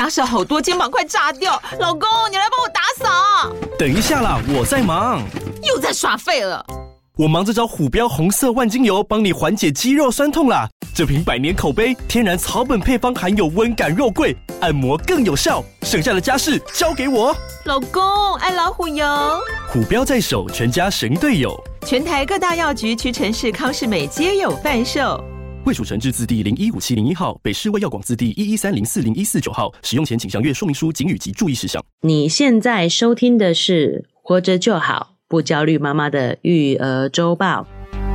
家事好多，肩膀快炸掉。老公，你来帮我打扫。 等一下啦，我在忙。 又在耍废了。 我忙着找虎标红色万金油，帮你缓解肌肉酸痛啦。这瓶100年口碑，天然草本配方，含有温感肉桂，按摩更有效。剩下的家事交给我。 老公，爱老虎油。 虎标在手，全家神队友。 全台各大药局、屈臣氏、康是美皆有贩售。 卫署成字字第015701号，北市卫药广字第113040149号。使用前请详阅说明书、警语及注意事项。 你现在收听的是《活着就好，不焦虑妈妈的育儿周报》。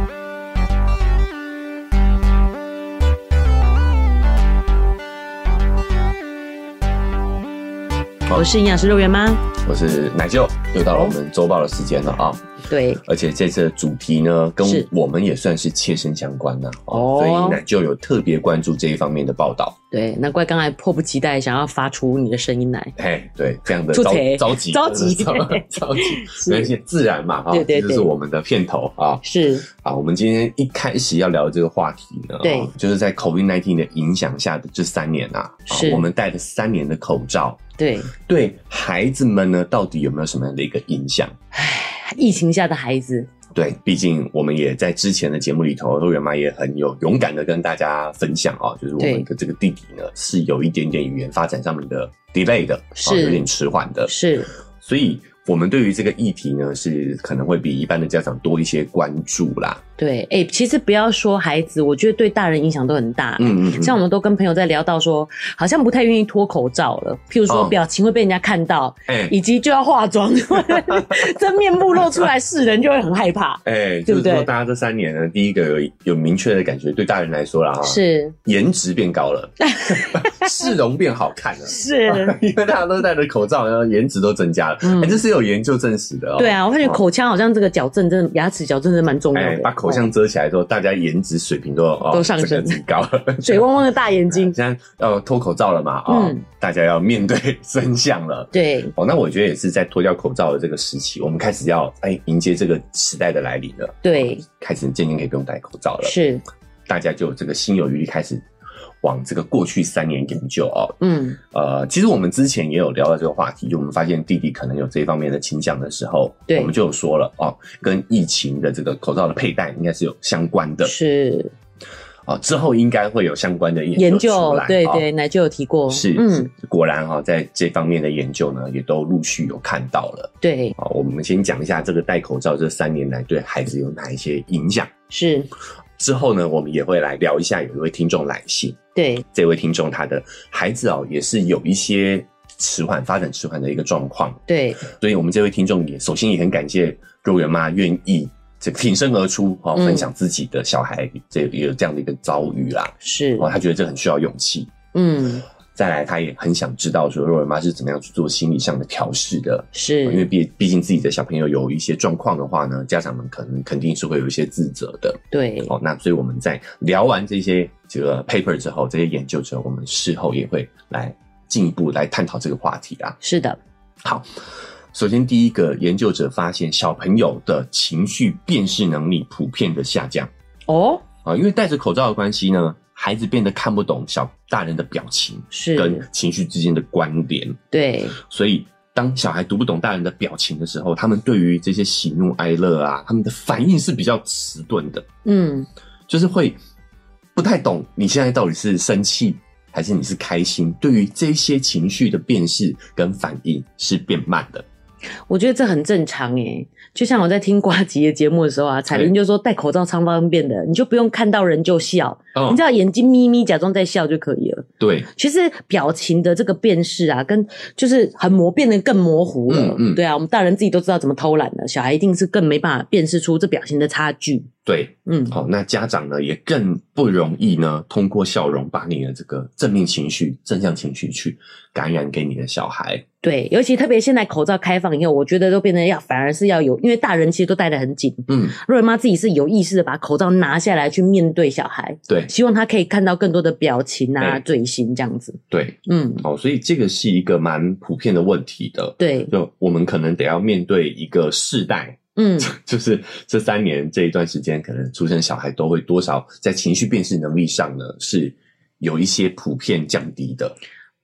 我是营养师肉圆妈， 我是奶舅，又到了我们周报的时间了啊。 对， 而且这次的主题呢，跟我们也算是切身相关的所以奶舅有特别关注这一方面的报道。 对，难怪刚才迫不及待想要发出你的声音来。 对，这样的着急，那些自然嘛对， 这就是我们的片头啊。 是啊，我们今天一开始要聊的这个话题呢， 对， 就是在 COVID-19 的影响下的这3年是我们戴了3年的口罩， 对孩子们呢，到底有没有什么样的一个影响？ 疫情下的孩子， 对，毕竟我们也在之前的节目里头，肉圆妈也很有勇敢的跟大家分享就是我们的这个弟弟呢是有一点点语言发展上面的 delay 的，有点迟缓的， 是， 所以我们对于这个议题呢，是可能会比一般的家长多一些关注啦。 对，其实不要说孩子，我觉得对大人影响都很大。像我们都跟朋友在聊到说，好像不太愿意脱口罩了。譬如说表情会被人家看到，以及就要化妆，真面目露出来，世人就会很害怕。对不对？ 就是说大家这3年呢，第一个有明确的感觉，对大人来说啦， 是颜值变高了，市容变好看了， 是， 因为大家都戴着口罩，然后颜值都增加了。这是有研究证实的对啊，我发现口腔好像这个矫正，真的牙齿矫正真的蛮重要的。 把口腔遮起来之后，大家颜值水平都上升， 提高了， 水汪汪的大眼睛。 现在要脱口罩了嘛大家要面对真相了。 对那我觉得也是在脱掉口罩的这个时期，我们开始要迎接这个时代的来临了。 对， 开始渐渐可以不用戴口罩了。 是， 大家就有这个心有余力开始往这个过去3年研究其实我们之前也有聊到这个话题，就我们发现弟弟可能有这一方面的倾向的时候，我们就有说了跟疫情的这个口罩的佩戴应该是有相关的。 是之后应该会有相关的研究出来。 对，奶就有提过。 是果然在这方面的研究呢，也都陆续有看到了。 对我们先讲一下这个戴口罩这3年来对孩子有哪一些影响。 是之后呢，我们也会来聊一下有一位听众来信。 对， 这位听众他的孩子也是有一些发展迟缓的一个状况。对，所以我们这位听众首先也很感谢肉圆妈愿意这个挺身而出分享自己的小孩有这样的一个遭遇啦。是他觉得这很需要勇气。再来他也很想知道说肉圆妈是怎么样去做心理上的调试的。是因为毕竟自己的小朋友有一些状况的话呢，家长们肯定是会有一些自责的。对那所以我们在聊完这个 paper 之后，这些研究之后，我们事后也会来进一步来探讨这个话题啦。是的。好，首先第一个研究者发现小朋友的情绪辨识能力普遍的下降。因为戴着口罩的关系呢，孩子变得看不懂大人的表情跟情绪之间的关联。对，所以当小孩读不懂大人的表情的时候，他们对于这些喜怒哀乐他们的反应是比较迟钝的。就是会不太懂你现在到底是生气还是你是开心，对于这些情绪的辨识跟反应是变慢的。 我觉得这很正常就像我在听呱吉的节目的时候彩玲就说戴口罩超方便的，你就不用看到人就笑，你只要眼睛眯眯假装在笑就可以了。对，其实表情的这个辨识跟就是变得更模糊了。对啊，我们大人自己都知道怎么偷懒了，小孩一定是更没办法辨识出这表情的差距。对，那家长呢也更不容易呢通过笑容把你的这个正面情绪、正向情绪去感染给你的小孩。对，尤其特别现在口罩开放以后，我觉得都变得反而是要有，因为大人其实都戴得很紧。若圆妈自己是有意识的把口罩拿下来去面对小孩。对，希望他可以看到更多的表情嘴型这样子。对，所以这个是一个蛮普遍的问题的。对，就我们可能得要面对一个世代。就是这3年这一段时间，可能出生小孩都会多少在情绪辨识能力上呢是有一些普遍降低的。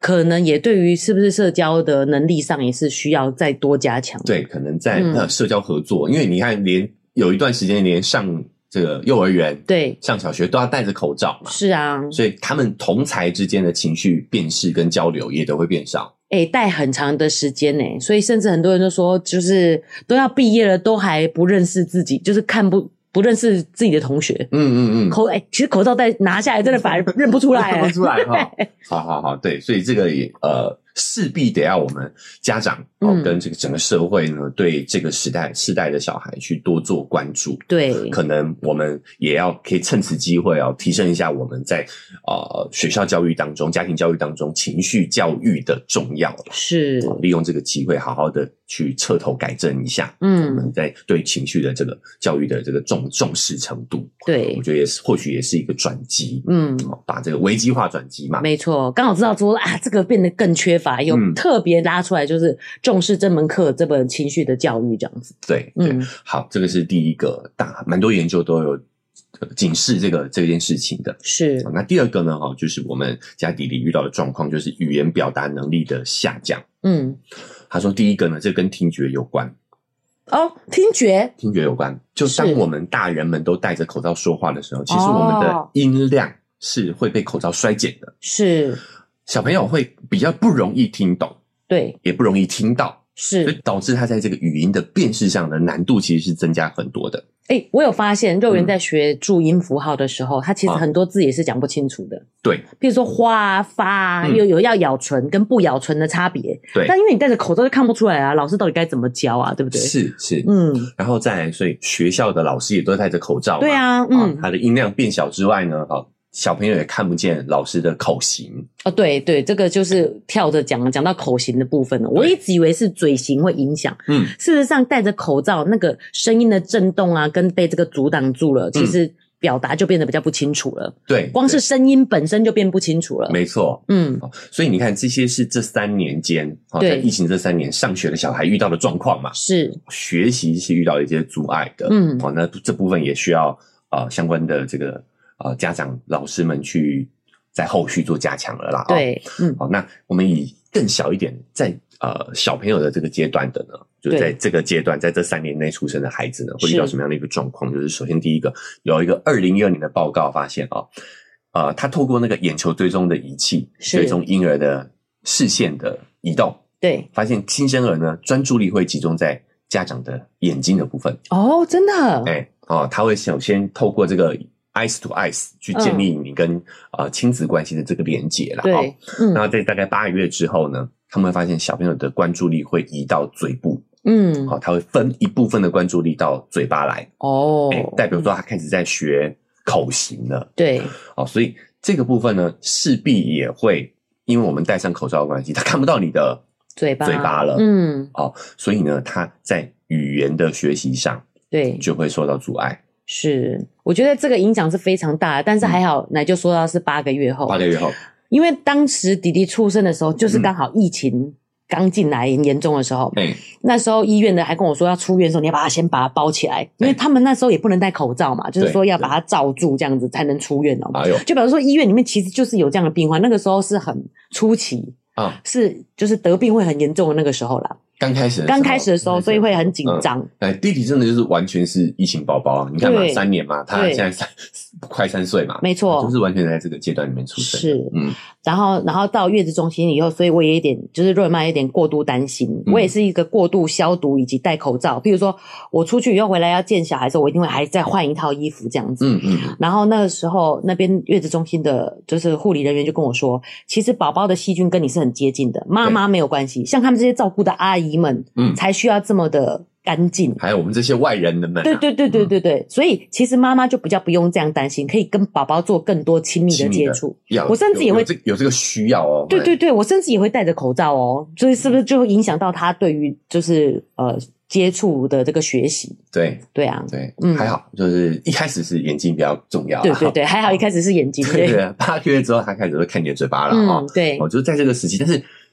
可能也对于是不是社交的能力上也是需要再多加强。 对，可能在社交合作，因为你看连有一段时间连上这个幼儿园， 对， 上小学都要戴着口罩嘛。 是啊， 所以他们同侪之间的情绪辨识跟交流也都会变少。 戴很长的时间所以甚至很多人都说，就是都要毕业了，都还不认识自己，就是不认识自己的同学。其实口罩戴拿下来，真的反而认不出来， 认不出来哈。好，对，所以这个也势必得要我们家长跟这个整个社会呢，对这个世代的小孩去多做关注。 对， 可能我们也可以趁此机会提升一下我们在学校教育当中、家庭教育当中情绪教育的重要。是，利用这个机会好好的去彻头改正一下。我们在对情绪的这个教育的这个重视程度。对，我觉得或许也是一个转机。把这个危机化转机嘛。没错，刚好知道说这个变得更缺乏，又特别拉出来，就是重视这门课，这本情绪的教育这样子。对，好，这个是第一个蛮多研究都有警示这件事情的。是，那第二个呢，就是我们家弟弟遇到的状况，就是语言表达能力的下降。他说第一个呢，这跟听觉有关。听觉有关，就当我们大人们都戴着口罩说话的时候，其实我们的音量是会被口罩衰减的。是，小朋友会比较不容易听懂，对，也不容易听到，所以导致他在这个语音的辨识上的难度其实是增加很多的。我有发现幼儿园在学注音符号的时候，他其实很多字也是讲不清楚的。对，比如说花发有要咬唇跟不咬唇的差别。对，但因为你戴着口罩就看不出来啊，老师到底该怎么教啊，对不对？是，然后再来，所以学校的老师也都戴着口罩嘛。对啊，他的音量变小之外呢，小朋友也看不见老师的口型。对，这个就是跳着讲到口型的部分了。我一直以为是嘴型会影响，事实上戴着口罩那个声音的震动跟被这个阻挡住了，其实表达就变得比较不清楚了。对，光是声音本身就变不清楚了。没错，所以你看这些是这3年间在疫情这3年上学的小孩遇到的状况嘛。是，学习是遇到一些阻碍的。那这部分也需要相关的这个家长老师们去在后续做加强了啦。对，好，那我们以更小一点，在小朋友的这个阶段的呢，就在这个阶段，在这3年内出生的孩子呢，会遇到什么样的一个状况？就是首先第一个，有一个2012年的报告发现他透过那个眼球追踪的仪器追踪婴儿的视线的移动，对，发现新生儿呢专注力会集中在家长的眼睛的部分。真的？他会首先透过这个eyes to eyes 去建立你跟亲子关系的这个连结啦。对，那在大概8个月之后呢，他们会发现小朋友的关注力会移到嘴部。他会分一部分的关注力到嘴巴来。代表说他开始在学口型了。对，所以这个部分呢，势必也会因为我们戴上口罩的关系，他看不到你的嘴巴了。所以呢，他在语言的学习上，对，就会受到阻碍。是，我觉得这个影响是非常大的，但是还好，奶就说到是8个月后。8个月后，因为当时弟弟出生的时候，就是刚好疫情刚进来严重的时候。那时候医院的还跟我说，要出院的时候你要先把它包起来，因为他们那时候也不能戴口罩嘛，就是说要把它罩住，这样子才能出院哦。就比如说医院里面其实就是有这样的病患，那个时候是很初期就是得病会很严重的那个时候啦。刚开始的时候，所以会很紧张。弟弟真的就是完全是疫情宝宝，你看嘛，3年嘛，他现在快3岁嘛，没错，就是完全在这个阶段里面出生。是，然后到月子中心以后，所以我也有点就是瑞妈有点过度担心。我也是一个过度消毒以及戴口罩，比如说我出去以后回来要见小孩的时候，我一定会还再换一套衣服这样子。然后那个时候那边月子中心的就是护理人员就跟我说，其实宝宝的细菌跟你是很接近的，妈妈没有关系，像他们这些照顾的阿姨们才需要这么的干净，还有我们这些外人们对，所以其实妈妈就比较不用这样担心，可以跟宝宝做更多亲密的接触。我甚至也会有这个需要哦。对，我甚至也会戴着口罩哦，所以是不是就会影响到他对于就是接触的这个学习？对啊，还好，就是一开始是眼睛比较重要。对，还好一开始是眼睛。对，8个月之后他开始会看你的嘴巴了。对，就是在这个时期，但是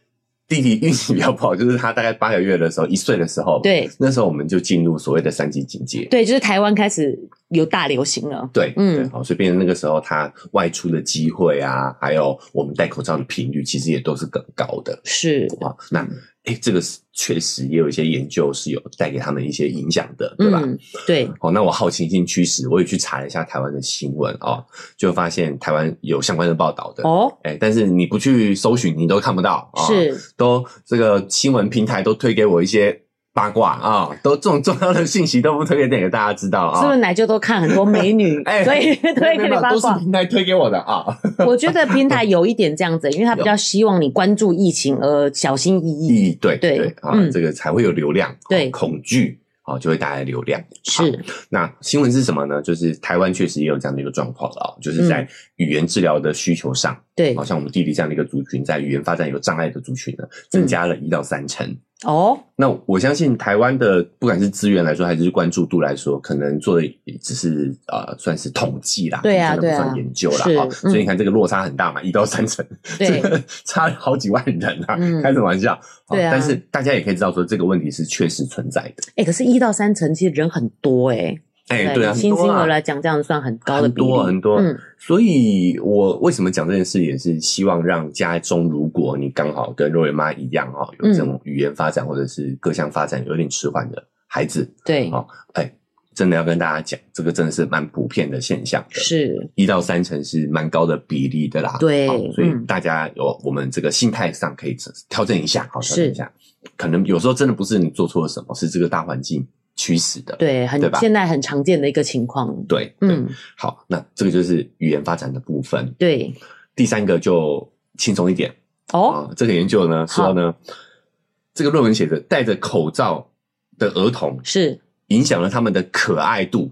弟弟运气比较不好，就是他大概8个月的时候，1岁的时候， 对， 那时候我们就进入所谓的3级警戒， 对，就是台湾开始有大流行了， 对，对，好，所以变成那个时候他外出的机会啊，还有我们戴口罩的频率，其实也都是更高的， 是啊，那这个确实也有一些研究是有带给他们一些影响的，对吧？ 对。 好，那我好奇心驱使，我也去查了一下台湾的新闻哦，就发现台湾有相关的报道的哦，但是你不去搜寻，你都看不到， 是，都这个新闻平台都推给我一些八卦啊，都这种重要的信息都不推给大家知道啊。 是不是奶就都看很多美女，所以推给你八卦？ 都是平台推给我的啊。 我觉得平台有一点这样子，因为他比较希望你关注疫情而小心翼翼。 对啊，这个才会有流量。对，恐惧就会带来流量。 是。 那新闻是什么呢？就是台湾确实也有这样的一个状况了，就是在语言治疗的需求上，对，好像我们弟弟这样的一个族群，在语言发展有障碍的族群呢，增加了1到3成。那我相信台湾的不管是资源来说，还是关注度来说，可能做的也只是算是统计啦， 对啊， 真的不算研究啦。所以你看这个落差很大嘛，1到3成，对，差了好几万人啊，开什么玩笑？对啊。但是大家也可以知道说，这个问题是确实存在的。 可是1到3成其实人很多对啊， 新兴儿来讲，这样算很高的比例， 很多。所以我为什么讲这件事，也是希望让家中，如果你刚好跟肉圆妈一样有这种语言发展或者是各项发展有点迟缓的孩子，对，真的要跟大家讲，这个真的是蛮普遍的现象的，是1到3成是蛮高的比例的啦。对，所以大家我们这个心态上可以调整一下，调整一下。可能有时候真的不是你做错了什么，是这个大环境驱使的，对， 现在很常见的一个情况。 对，好，那这个就是语言发展的部分。 对， 第3个就轻松一点这个研究呢说呢，这个论文写着戴着口罩的儿童是影响了他们的可爱度。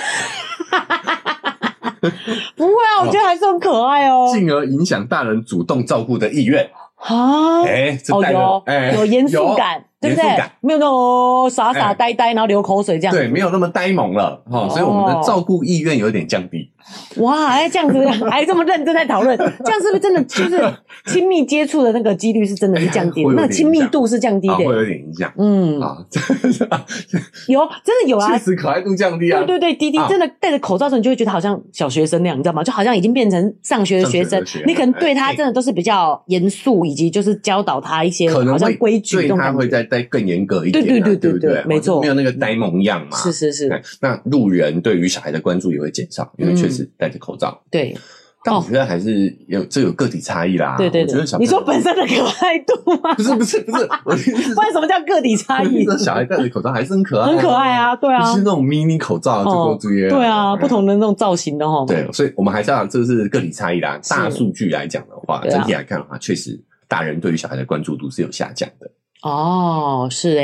不会啊，我觉得还是很可爱哦， 进而影响大人主动照顾的意愿。 有严肃感，对不对？没有那种傻傻呆呆，然后流口水这样。 对，没有那么呆萌了所以我们的照顾意愿有点降低。 哇，这样子还这么认真在讨论，这样是不是真的就是亲密接触的那个几率是真的是降低的？那亲密度是降低的， 会有点影响。 有真的有啊， 确实可爱度降低啊。 对，弟弟真的戴着口罩的时候，你就会觉得好像小学生那样，你知道吗？就好像已经变成上学的学生，你可能对他真的都是比较严肃，以及就是教导他一些好像规矩， 对他会再更严格一点。对，没错，没有那个呆萌样嘛。 是。 那路人对于小孩的关注也会减少，因为确实戴着口罩。对。但我觉得还是有个体差异啦。对，我觉得你说本身的可爱度吗？ 不是，不然什么叫个体差异？ 小孩戴着口罩还是很可爱， 很可爱啊，对啊， 就是那种迷你口罩就够注意了。 对啊，不同的那种造型的对，所以我们还是要这是个体差异啦。大数据来讲的话，整体来看的话，确实大人对于小孩的关注度是有下降的。 是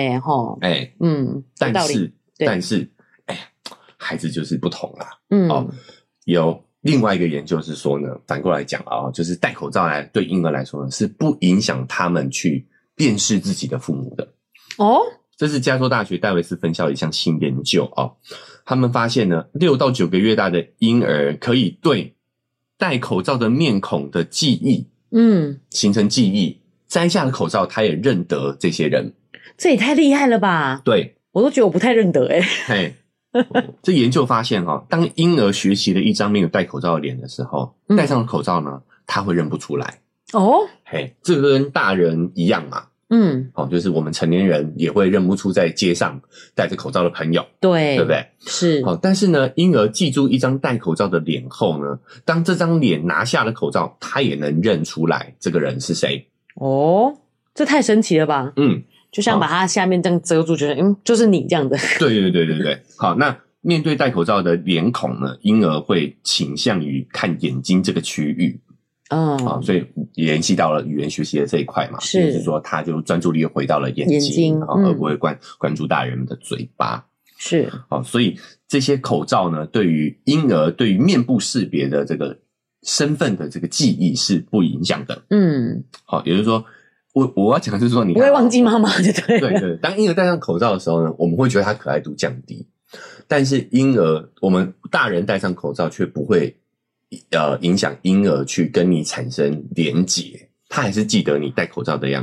但是孩子就是不同啦。有另外一个研究是说呢，反过来讲就是戴口罩对婴儿来说呢，是不影响他们去辨识自己的父母的。这是加州大学戴维斯分校的一项新研究他们发现呢，6到9个月大的婴儿可以对戴口罩的面孔的记忆，形成记忆，摘下了口罩，他也认得这些人。 这也太厉害了吧？ 对， 我都觉得我不太认得这研究发现当婴儿学习了一张没有戴口罩的脸的时候，戴上口罩呢，他会认不出来。这个跟大人一样嘛。就是我们成年人也会认不出在街上戴着口罩的朋友，对不对？是。但是呢，婴儿记住一张戴口罩的脸后呢，当这张脸拿下了口罩，他也能认出来这个人是谁。 这太神奇了吧？就像把它下面这样遮住，觉得就是你这样的。 对。好，那面对戴口罩的脸孔呢，婴儿会倾向于看眼睛这个区域。所以联系到了语言学习的这一块嘛，就是说他就专注力回到了眼睛，而不会关注大人的嘴巴。是。所以这些口罩呢，对于婴儿对于面部识别的这个身份的这个记忆是不影响的。也就是说我要讲的是说，你不会忘记妈妈就对了。 对，当婴儿戴上口罩的时候呢，我们会觉得他可爱度降低，但是我们大人戴上口罩却不会影响婴儿去跟你产生连结，他还是记得你戴口罩的样子。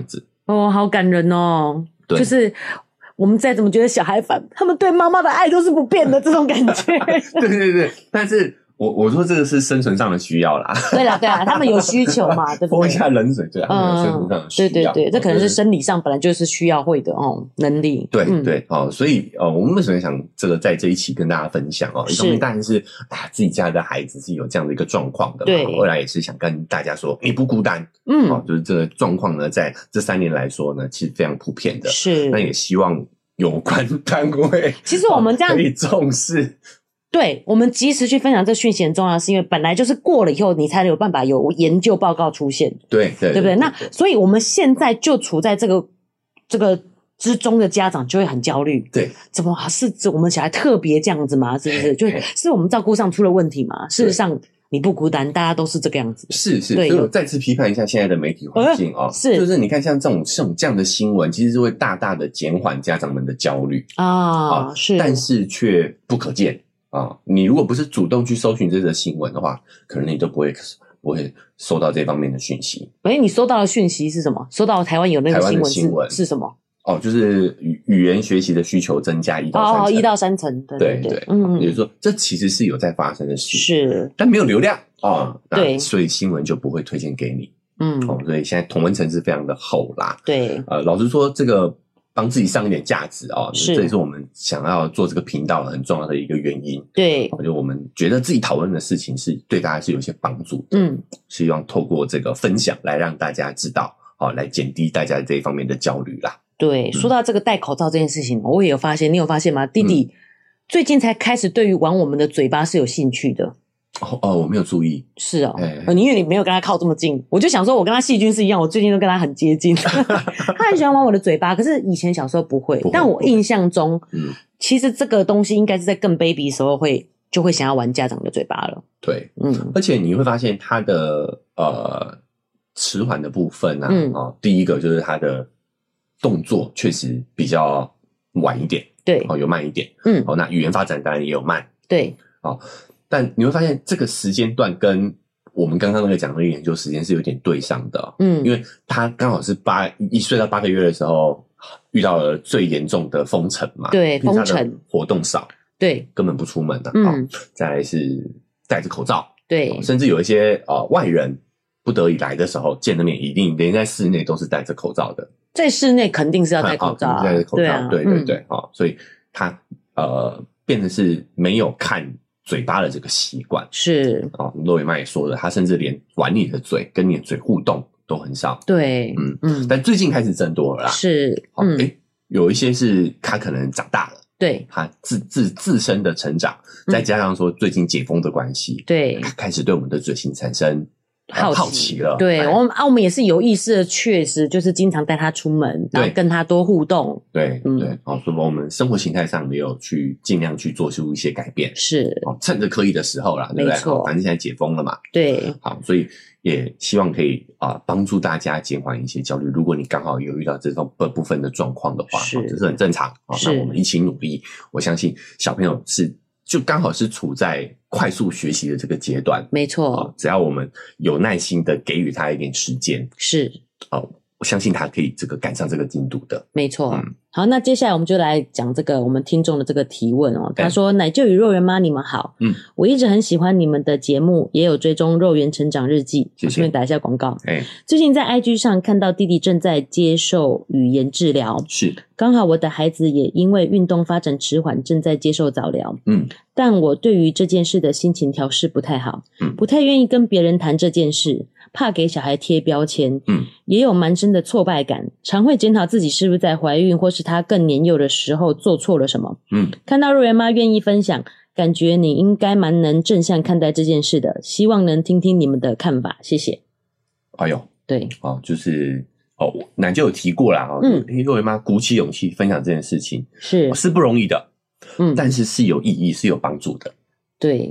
哦，好感人哦。就是我们再怎么觉得小孩烦，他们对妈妈的爱都是不变的这种感觉。 对对对，但是我说这个是生存上的需要啦。 对啦对啦，他们有需求嘛，对不对？ 泼一下冷水，对啊，有生存上的需要。 对对对，这可能是生理上本来就是需要会的能力。 对对所以我们为什么想这个在这一期跟大家分享一方面当然是自己家的孩子是有这样的一个状况的嘛，后来也是想跟大家说你不孤单。就是这个状况呢，在这3年来说呢，其实非常普遍的。 是， 那也希望有关单位， 其实我们这样可以重视。 对，我们及时去分享这讯息很重要，是因为本来就是过了以后，你才有办法有研究报告出现。 对对， 对不对？那所以我们现在就处在这个之中的家长就会很焦虑。 对， 怎么是我们小孩特别这样子吗？是不是？就是我们照顾上出了问题嘛？事实上你不孤单，大家都是这个样子。 是，所以我再次批判一下现在的媒体环境就是你看像这样的新闻，其实是会大大的减缓家长们的焦虑是，但是却不可见。你如果不是主动去搜寻这则新闻的话，可能你都不会收到这方面的讯息。你收到的讯息是什么？收到台湾有那个新闻是什么？就是语言学习的需求增加1到3成。1到3成，对。也就是说，这其实是有在发生的事，是，但没有流量对，所以新闻就不会推荐给你。所以现在同温层是非常的厚啦。对，老实说，这个帮自己上一点价值这也是我们想要做这个频道很重要的一个原因。对，就我们觉得自己讨论的事情是对大家是有一些帮助的。希望透过这个分享来让大家知道，来减低大家这一方面的焦虑啦。对，说到这个戴口罩这件事情，我也有发现，你有发现吗？弟弟最近才开始对于玩我们的嘴巴是有兴趣的。我没有注意。是因为你没有跟他靠这么近，我就想说我跟他细菌是一样，我最近都跟他很接近。他很喜欢玩我的嘴巴，可是以前小时候不会，但我印象中其实这个东西应该是在更 baby 的时候就会想要玩家长的嘴巴了。对，而且你会发现他的迟缓的部分第一个就是他的动作确实比较晚一点，对，有慢一点，那语言发展当然也有慢，对，但你会发现这个时间段跟我们刚刚那个讲的研究时间是有点对上的，因为他刚好是1岁到8个月的时候遇到了最严重的封城嘛，对，封城，活动少，对，根本不出门的，再来是戴着口罩，对，甚至有一些外人不得已来的时候见了面，一定连在室内都是戴着口罩的，在室内肯定是要戴口罩，戴着口罩，对对对，所以他变成是没有看嘴巴的这个习惯，是肉圆妈也说了，他甚至连玩你的嘴跟你的嘴互动都很少，对，但最近开始增多了啦，是，有一些是他可能长大了，对，他自身的成长，再加上说最近解封的关系，对，他开始对我们的嘴型产生好奇了，对，我们也是有意识的，确实就是经常带他出门，然后跟他多互动，对对，所以我们生活形态上也有去尽量去做出一些改变，是，趁着可以的时候啦，对不对？反正现在解封了嘛，对，好，所以也希望可以帮助大家减缓一些焦虑。如果你刚好有遇到这种部分的状况的话，这是很正常，那我们一起努力，我相信小朋友就刚好是处在快速学习的这个阶段，没错，只要我们有耐心的给予他一点时间，是，我相信他可以这个赶上这个进度的，没错。好，那接下来我们就来讲这个我们听众的这个提问他说奶舅与肉圆妈你们好，我一直很喜欢你们的节目，也有追踪肉圆成长日记，谢谢，顺便打一下广告。最近在 IG 上看到弟弟正在接受语言治疗，是，刚好我的孩子也因为运动发展迟缓正在接受早疗，但我对于这件事的心情调适不太好，不太愿意跟别人谈这件事，怕给小孩贴标签，也有蛮深的挫败感，常会检讨自己是不是在怀孕或是他更年幼的时候做错了什么。看到肉圆妈愿意分享，感觉你应该蛮能正向看待这件事的，希望能听听你们的看法，谢谢。哎呦，对，就是奶就有提过啦，肉圆妈鼓起勇气分享这件事情是不容易的，但是是有意义，是有帮助的。对，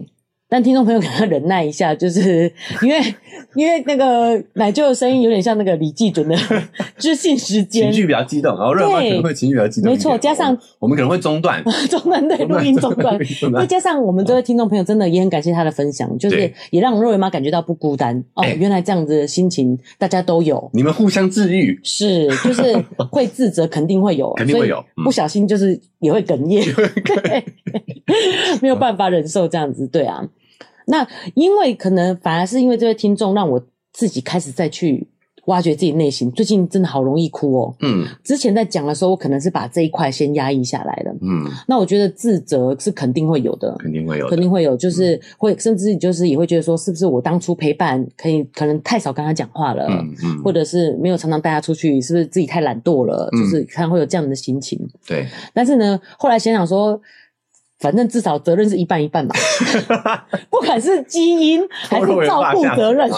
但听众朋友可能要忍耐一下，就是因为那个奶舅的声音有点像那个李济准的知性时间， 情绪比较激动，然后热妈可能会情绪比较激动， 没错，加上我们可能会中断对，录音中断，再加上我们这位听众朋友真的也很感谢他的分享，就是也让肉圆妈感觉到不孤单原来这样子的心情大家都有， 你们互相治愈， 是就是会自责肯定会有， 肯定会有， 不小心就是也会哽咽，对，没有办法忍受这样子，对啊。那因为可能反而是因为这位听众让我自己开始再去挖掘自己内心，最近真的好容易哭之前在讲的时候我可能是把这一块先压抑下来了，那我觉得自责是肯定会有的，肯定会有，就是会甚至就是也会觉得说是不是我当初陪伴可能太少跟他讲话了，或者是没有常常带他出去，是不是自己太懒惰了，就是可能会有这样的心情，对。但是呢后来想想说反正至少责任是一半一半嘛不管是基因还是照顾责任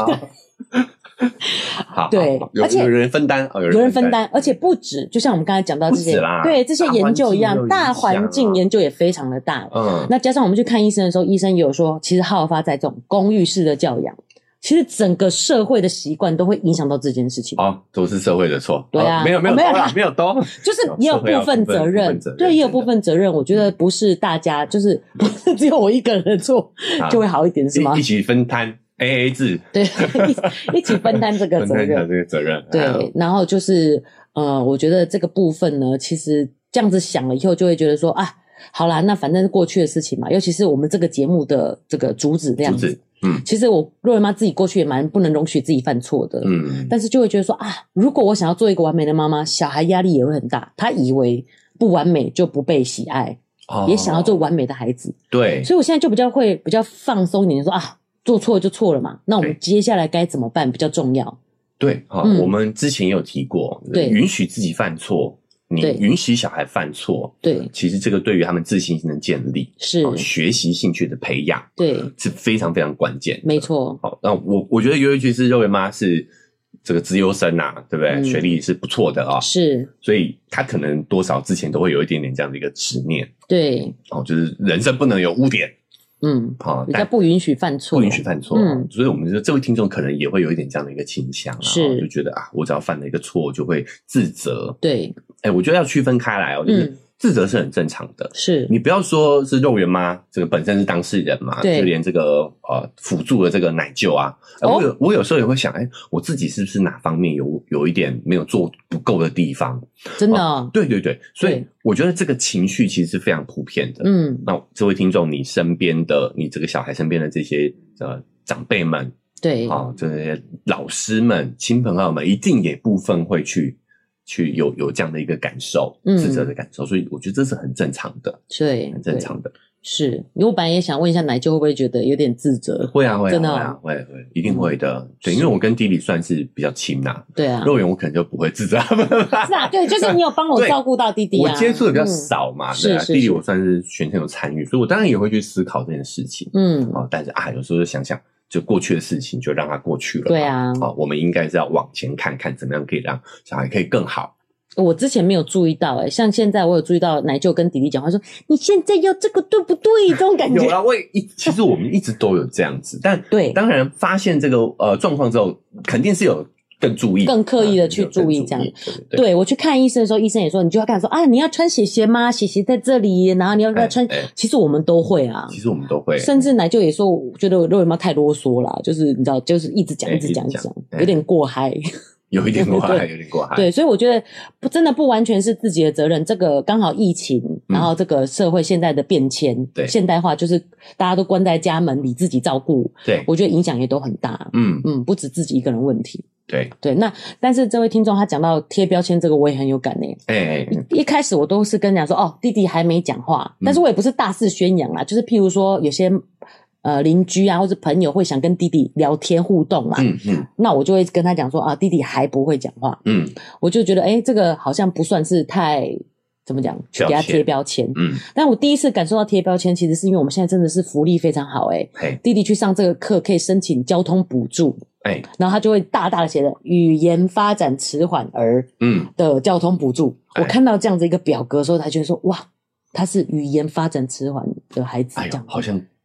好，对，而且有人分担，有人分担， 而且不止，就像我们刚才讲到这些，对这些研究一样，大环境研究也非常的大。那加上我们去看医生的时候，医生也有说，其实好发在这种公寓式的教养，其实整个社会的习惯都会影响到这件事情。 都是社会的错。 对啊， 没有都， 就是也有部分责任，对，也有部分责任。我觉得不是大家，就是不是只有我一个人的错就会好一点，是吗？ 一起分摊。AA 制， 对，一起分担这个责任，对，然后就是我觉得这个部分呢，其实这样子想了以后，就会觉得说啊，好啦，那反正是过去的事情嘛。尤其是我们这个节目的这个主旨这样子，其实我肉圆妈自己过去也蛮不能容许自己犯错的，但是就会觉得说啊，如果我想要做一个完美的妈妈，小孩压力也会很大，他以为不完美就不被喜爱，也想要做完美的孩子，对，所以我现在就比较放松一点，说啊。做错就错了嘛，那我们接下来该怎么办比较重要？ 对，我们之前也有提过，允许自己犯错，你允许小孩犯错，对，其实这个对于他们自信心的建立，是学习兴趣的培养，对，是非常非常关键。没错。好，那我觉得尤其是肉圆妈是这个资优生啊，对不对？学历是不错的啊，是，所以他可能多少之前都会有一点点这样的一个执念，对，就是人生不能有污点。比较不允许犯错，所以我们这位听众可能也会有一点这样的一个倾向，是就觉得啊，我只要犯了一个错，就会自责。对，我觉得要区分开来就是自责是很正常的，是你不要说是肉圆妈这个本身是当事人嘛，就连这个辅助的这个奶舅啊，我有时候也会想，我自己是不是哪方面有一点没有做不够的地方？真的，对对对，所以我觉得这个情绪其实是非常普遍的。那这位听众，你身边的你这个小孩身边的这些长辈们，对这些老师们、亲朋好友们，一定也部分会去有这样的一个感受，自责的感受，所以我觉得这是很正常的，对，很正常的。是，因为我本来也想问一下奶舅会不会觉得有点自责？会啊，真的会，一定会的。对，因为我跟弟弟算是比较亲呐，对啊，肉圆我可能就不会自责。是啊，对，就是你有帮我照顾到弟弟啊，我接触的比较少嘛，对啊，弟弟我算是全程有参与，所以我当然也会去思考这件事情。但是有时候就想想。就过去的事情就让它过去了。对啊，我们应该是要往前看看怎么样可以让小孩可以更好。我之前没有注意到像现在我有注意到奶舅跟弟弟讲话说你现在要这个对不对这种感觉。有啦，其实我们一直都有这样子，但对，当然发现这个状况之后肯定是有更注意，更刻意的去注意这样。对，我去看医生的时候，医生也说，你就要看说你要穿鞋鞋吗？鞋鞋在这里，然后你要不要穿？其实我们都会啊，其实我们都会。甚至奶舅也说，我觉得肉圆妈太啰嗦啦，就是你知道，就是一直讲，有点过嗨。有一点过嗨，有点过嗨。对，所以我觉得真的不完全是自己的责任。这个刚好疫情，然后这个社会现在的变迁，对，现代化就是大家都关在家门里自己照顾，对，我觉得影响也都很大。不止自己一个人问题。对对，那但是这位听众他讲到贴标签这个，我也很有感一开始我都是跟人讲说，弟弟还没讲话，但是我也不是大肆宣扬啦，就是譬如说有些邻居啊，或者朋友会想跟弟弟聊天互动嘛，那我就会跟他讲说弟弟还不会讲话，我就觉得这个好像不算是太怎么讲，给他贴标签，但我第一次感受到贴标签，其实是因为我们现在真的是福利非常好弟弟去上这个课可以申请交通补助，然后他就会大大的写的语言发展迟缓儿的交通补助，我看到这样子一个表格的时候，他就说哇，他是语言发展迟缓的孩子，这样好像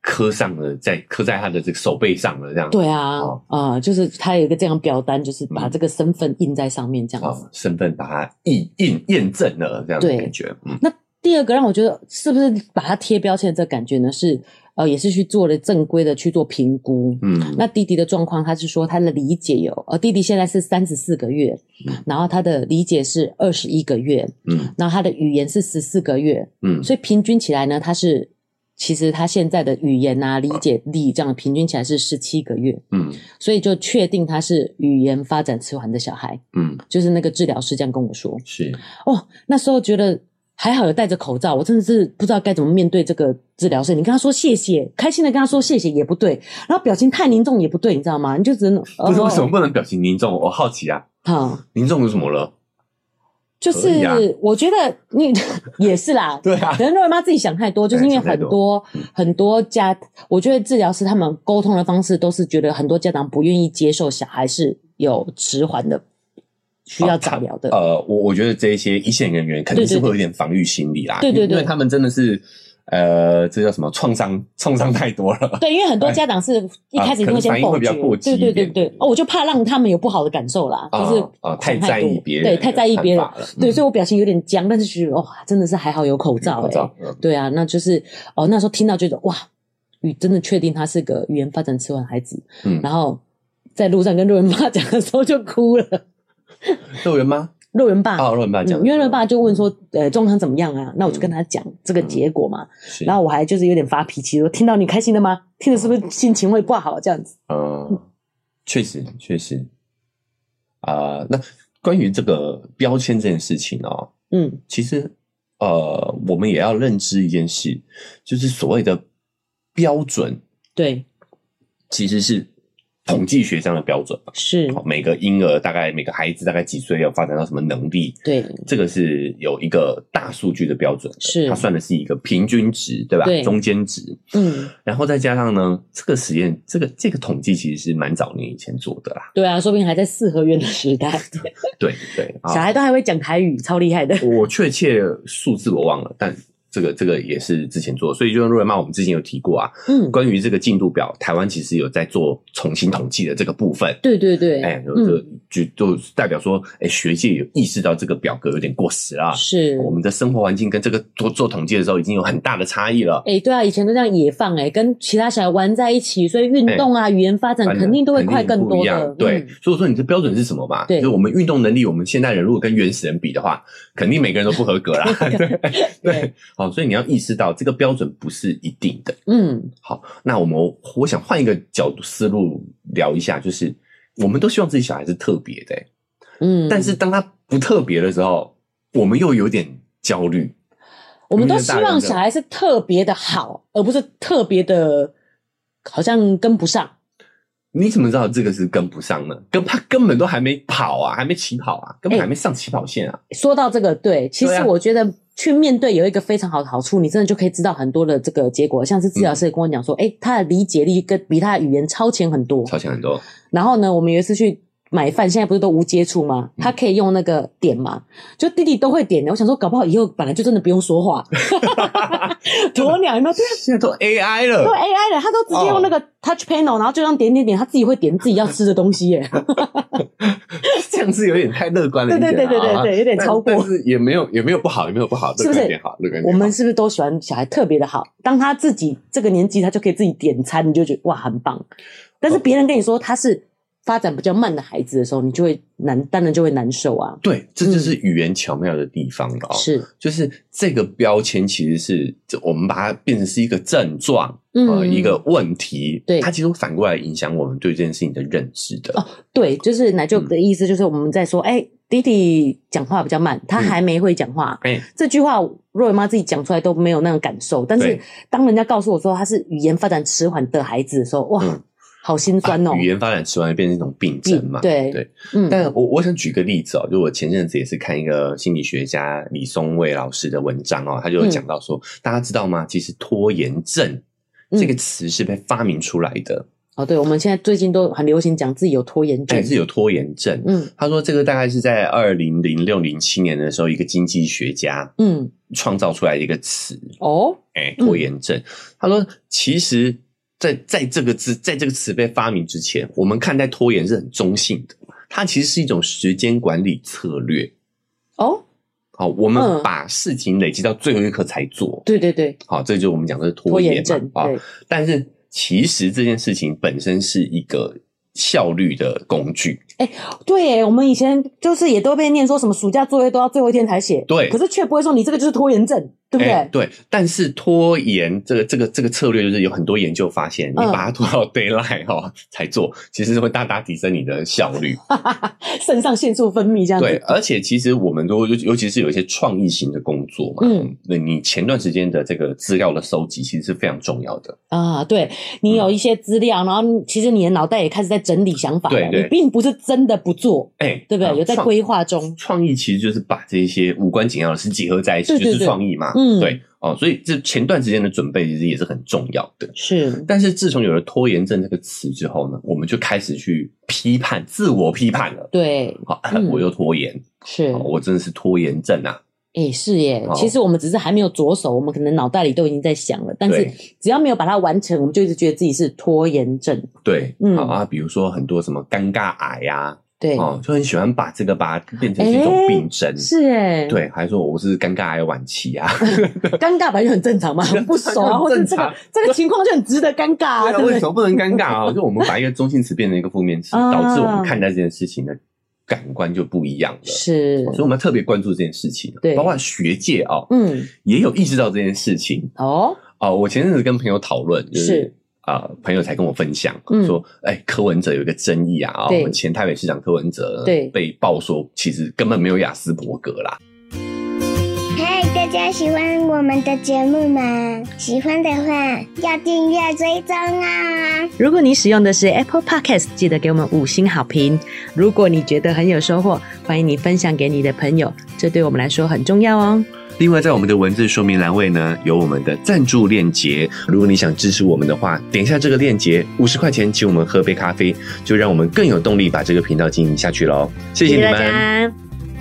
刻在他的这个手背上了，这样。 对啊，就是他有一个这样表单，就是把这个身份印在上面，这样子。 身份把它验证了，这样的感觉。 那第二个让我觉得是不是把它贴标签的这个感觉呢？是也是去做了正规的去做评估。那弟弟的状况，他是说他的理解弟弟现在是34个月，然后他的理解是21个月，然后他的语言是14个月，所以平均起来呢，其实他现在的语言啊理解力这样平均起来是17个月，所以就确定他是语言发展迟缓的小孩，就是那个治疗师这样跟我说。 是那时候觉得还好有戴着口罩，我真的是不知道该怎么面对这个治疗师。你跟他说谢谢，开心的跟他说谢谢也不对，然后表情太凝重也不对，你知道吗？你就只能不是为什么不能表情凝重？我好奇啊，凝重有什么了？ 就是我觉得你也是啦， 对啊， 可能若妈自己想太多，就是因为很多我觉得治疗师他们沟通的方式都是觉得很多家长不愿意接受小孩是有迟缓的。需要早疗的。 我觉得这些一线人员肯定是会有一点防御心理啦， 对， 因为他们真的是这叫什么创伤太多了。 对，因为很多家长是一开始一定会先否决，对，我就怕让他们有不好的感受啦，就是太在意别人， 对，太在意别人，对，所以我表情有点僵，但是觉得真的是还好有口罩对啊，那就是那时候听到觉得哇，真的确定他是个语言发展迟缓孩子，然后在路上跟路人妈讲的时候就哭了。 路人妈肉圆爸讲， 因为肉圆爸就问说状况怎么样啊，那我就跟他讲这个结果嘛，然后我还就是有点发脾气说，听到你开心了吗？听了是不是心情会不好这样子？ 确实那关于这个标签这件事情其实我们也要认知一件事，就是所谓的标准， 对， 其实是统计学上的标准嘛， 是每个婴儿大概每个孩子大概几岁要发展到什么能力， 对， 这个是有一个大数据的标准的， 是它算的是一个平均值，对吧？ 对， 中间值，然后再加上呢，这个实验，这个统计其实是蛮早年以前做的啦， 对啊，说不定还在4合院的时代， 对， 小孩都还会讲台语，超厉害的。 我确切数字我忘了，但这个也是之前做的，所以就肉圆妈我们之前有提过啊，关于这个进度表，台湾其实有在做重新统计的这个部分， 对， 就代表说，学界有意识到这个表格有点过时了， 是我们的生活环境跟这个做统计的时候已经有很大的差异了。 对啊，以前都这样野放跟其他小孩玩在一起，所以运动啊、语言发展肯定都会快更多的。 对，所以说你的标准是什么嘛？ 对， 就是我们运动能力，我们现代人如果跟原始人比的话，肯定每个人都不合格啦。对，好，所以你要意识到这个标准不是一定的。好，那我想换一个角度思路聊一下，就是我们都希望自己小孩是特别的，但是当他不特别的时候，我们又有点焦虑。 我们都希望小孩是特别的好，而不是特别的好像跟不上。 你怎么知道这个是跟不上呢？他根本都还没跑啊，还没起跑啊，根本还没上起跑线啊。 说到这个，对，其实我觉得去面对有一个非常好的好处，你真的就可以知道很多的这个结果。像是治疗师跟我讲说，他的理解力比他的语言超前很多。然后呢，我们有一次去买饭，现在不是都无接触吗？他可以用那个点嘛，就弟弟都会点的。我想说，搞不好以后本来就真的不用说话。鸵鸟有没有？ 现在都 AI 了， 他都直接用那个 touch panel， 然后就让点，他自己会点自己要吃的东西耶。 这样是有点太乐观了一点， 对，有点超过。 但是也没有不好， 是不是？我们是不是都喜欢小孩特别的好？当他自己这个年纪，他就可以自己点餐，你就觉得哇很棒。但是别人跟你说他是发展比较慢的孩子的时候，你就会当然就会难受啊。对， 这就是语言巧妙的地方了。 是， 就是这个标签其实是我们把它变成是一个症状，一个问题，对，它其实反过来影响我们对这件事情的认知的。 对，就是奶舅的意思，就是我们在说，弟弟讲话比较慢，他还没会讲话。这句话若圆妈自己讲出来都没有那种感受，但是当人家告诉我说他是语言发展迟缓的孩子的时候，哇。好心酸哦！ 语言发展迟缓变成一种病症嘛？对。但我想举个例子就我前阵子也是看一个心理学家李松蔚老师的文章他就有讲到说，大家知道吗？其实拖延症这个词是被发明出来的哦，对，我们现在最近都很流行讲自己有拖延症， 自己有拖延症。他说这个大概是在2006、07年的时候，一个经济学家创造出来的一个词拖延症。他说其实在这个词被发明之前，我们看待拖延是很中性的，它其实是一种时间管理策略。好，我们把事情累积到最后一刻才做。对对对。好，这就是我们讲的拖延症。对。但是其实这件事情本身是一个效率的工具。对，我们以前就是也都被念说什么暑假作业都要最后一天才写。对。可是却不会说你这个就是拖延症，对不对？对。但是拖延这个策略，就是有很多研究发现，你把它拖到 deadline 才做，其实会大大提升你的效率。肾上腺素分泌这样子。对，而且其实我们都尤其是有一些创意型的工作嘛，那你前段时间的这个资料的收集其实是非常重要的啊。对，你有一些资料，然后其实你的脑袋也开始在整理想法了，你并不是真的不做，对不对？有在规划中。创意其实就是把这些无关紧要的事结合在一起，就是创意嘛。对所以这前段时间的准备其实也是很重要的。是，但是自从有了拖延症这个词之后呢，我们就开始去自我批判了。对，我又拖延，是我真的是拖延症啊。是耶。其实我们只是还没有着手，我们可能脑袋里都已经在想了，但是只要没有把它完成，我们就一直觉得自己是拖延症。对，比如说很多什么尴尬癌啊。对就很喜欢把它变成是一种病症。是对，还说我是尴尬癌晚期啊。尴尬本来就很正常嘛，很不熟啊，或者这个情况就很值得尴尬啊。对，为什么不能尴尬啊？就我们把一个中性词变成一个负面词，导致我们看待这件事情的感官就不一样了。是，所以我们要特别关注这件事情。对，包括学界也有意识到这件事情。我前阵子跟朋友讨论，就是朋友才跟我分享说，柯文哲有一个争议啊，我们前台北市长柯文哲被爆说其实根本没有亚斯伯格啦。 嗨，大家喜欢我们的节目吗？喜欢的话要订阅追踪啊！ 如果你使用的是 Apple Podcast， 记得给我们5星好评。如果你觉得很有收获，欢迎你分享给你的朋友，这对我们来说很重要哦。 另外在我们的文字说明栏位呢，有我们的赞助链接，如果你想支持我们的话，点一下这个链接，50块钱请我们喝杯咖啡，就让我们更有动力把这个频道经营下去咯。谢谢你们。谢谢大家。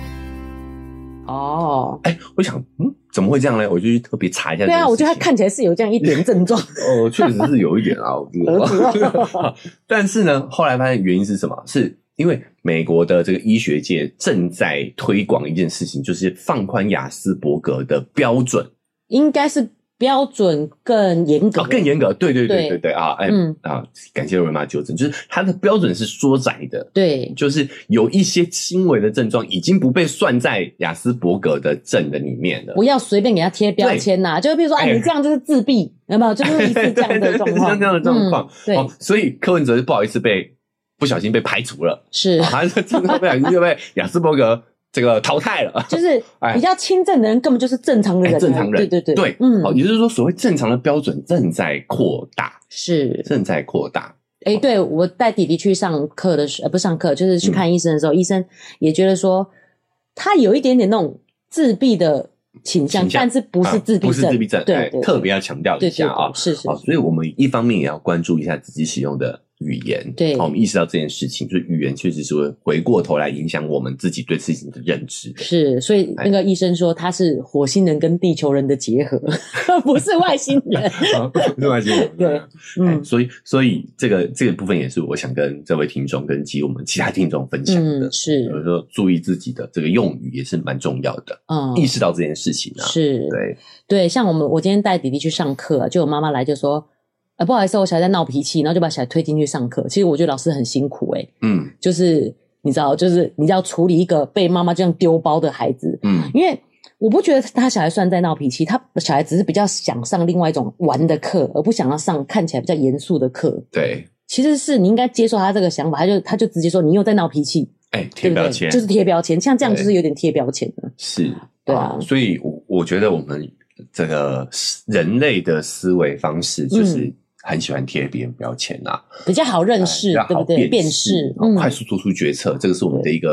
我想怎么会这样呢？我就去特别查一下。对啊， 我觉得他看起来是有这样一点症状。 确实是有一点啊。但是呢，后来发现原因是什么？是因为美国的这个医学界正在推广一件事情，就是放宽亚斯伯格的标准，应该是标准更严格，更严格。对感谢瑞妈纠正，就是它的标准是缩窄的。对，就是有一些轻微的症状已经不被算在亚斯伯格的症的里面了，不要随便给他贴标签呐。就比如说，你这样就是自闭，有没有？就是类似这样的状况，这样的状况。对，所以柯文哲不好意思不小心被排除了，是他真的不小心就被亚斯伯格这个淘汰了。就是比较轻症的人根本就是正常的人，正常人。对，也就是说所谓正常的标准正在扩大，是正在扩大。对，我带弟弟去上课的时候，不是上课，就是去看医生的时候，医生也觉得说他有一点点那种自闭的倾向，但是不是自闭症，不是自闭症。对，特别要强调一下啊，是。所以我们一方面也要关注一下自己使用的语言。对，我们意识到这件事情，就是语言确实是会回过头来影响我们自己对事情的认知的。是，所以那个医生说他是火星人跟地球人的结合，不是外星人。不是外星人。对，所以这个部分也是我想跟这位听众跟及我们其他听众分享的。是，有时候注意自己的这个用语也是蛮重要的。意识到这件事情啊。是，对，像我今天带弟弟去上课，就有妈妈来就说，不好意思，我小孩在闹脾气，然后就把小孩推进去上课。其实我觉得老师很辛苦就是你知道，就是你要处理一个被妈妈这样丢包的孩子。因为我不觉得他小孩算在闹脾气，他小孩只是比较想上另外一种玩的课，而不想要上看起来比较严肃的课。对，其实是你应该接受他这个想法，他就直接说你又在闹脾气，贴标签，就是贴标签，像这样就是有点贴标签了。是，对啊，所以我觉得我们这个人类的思维方式就是很喜欢贴别人标签比较好认识，对不对？辨识，快速做出决策，这个是我们的一个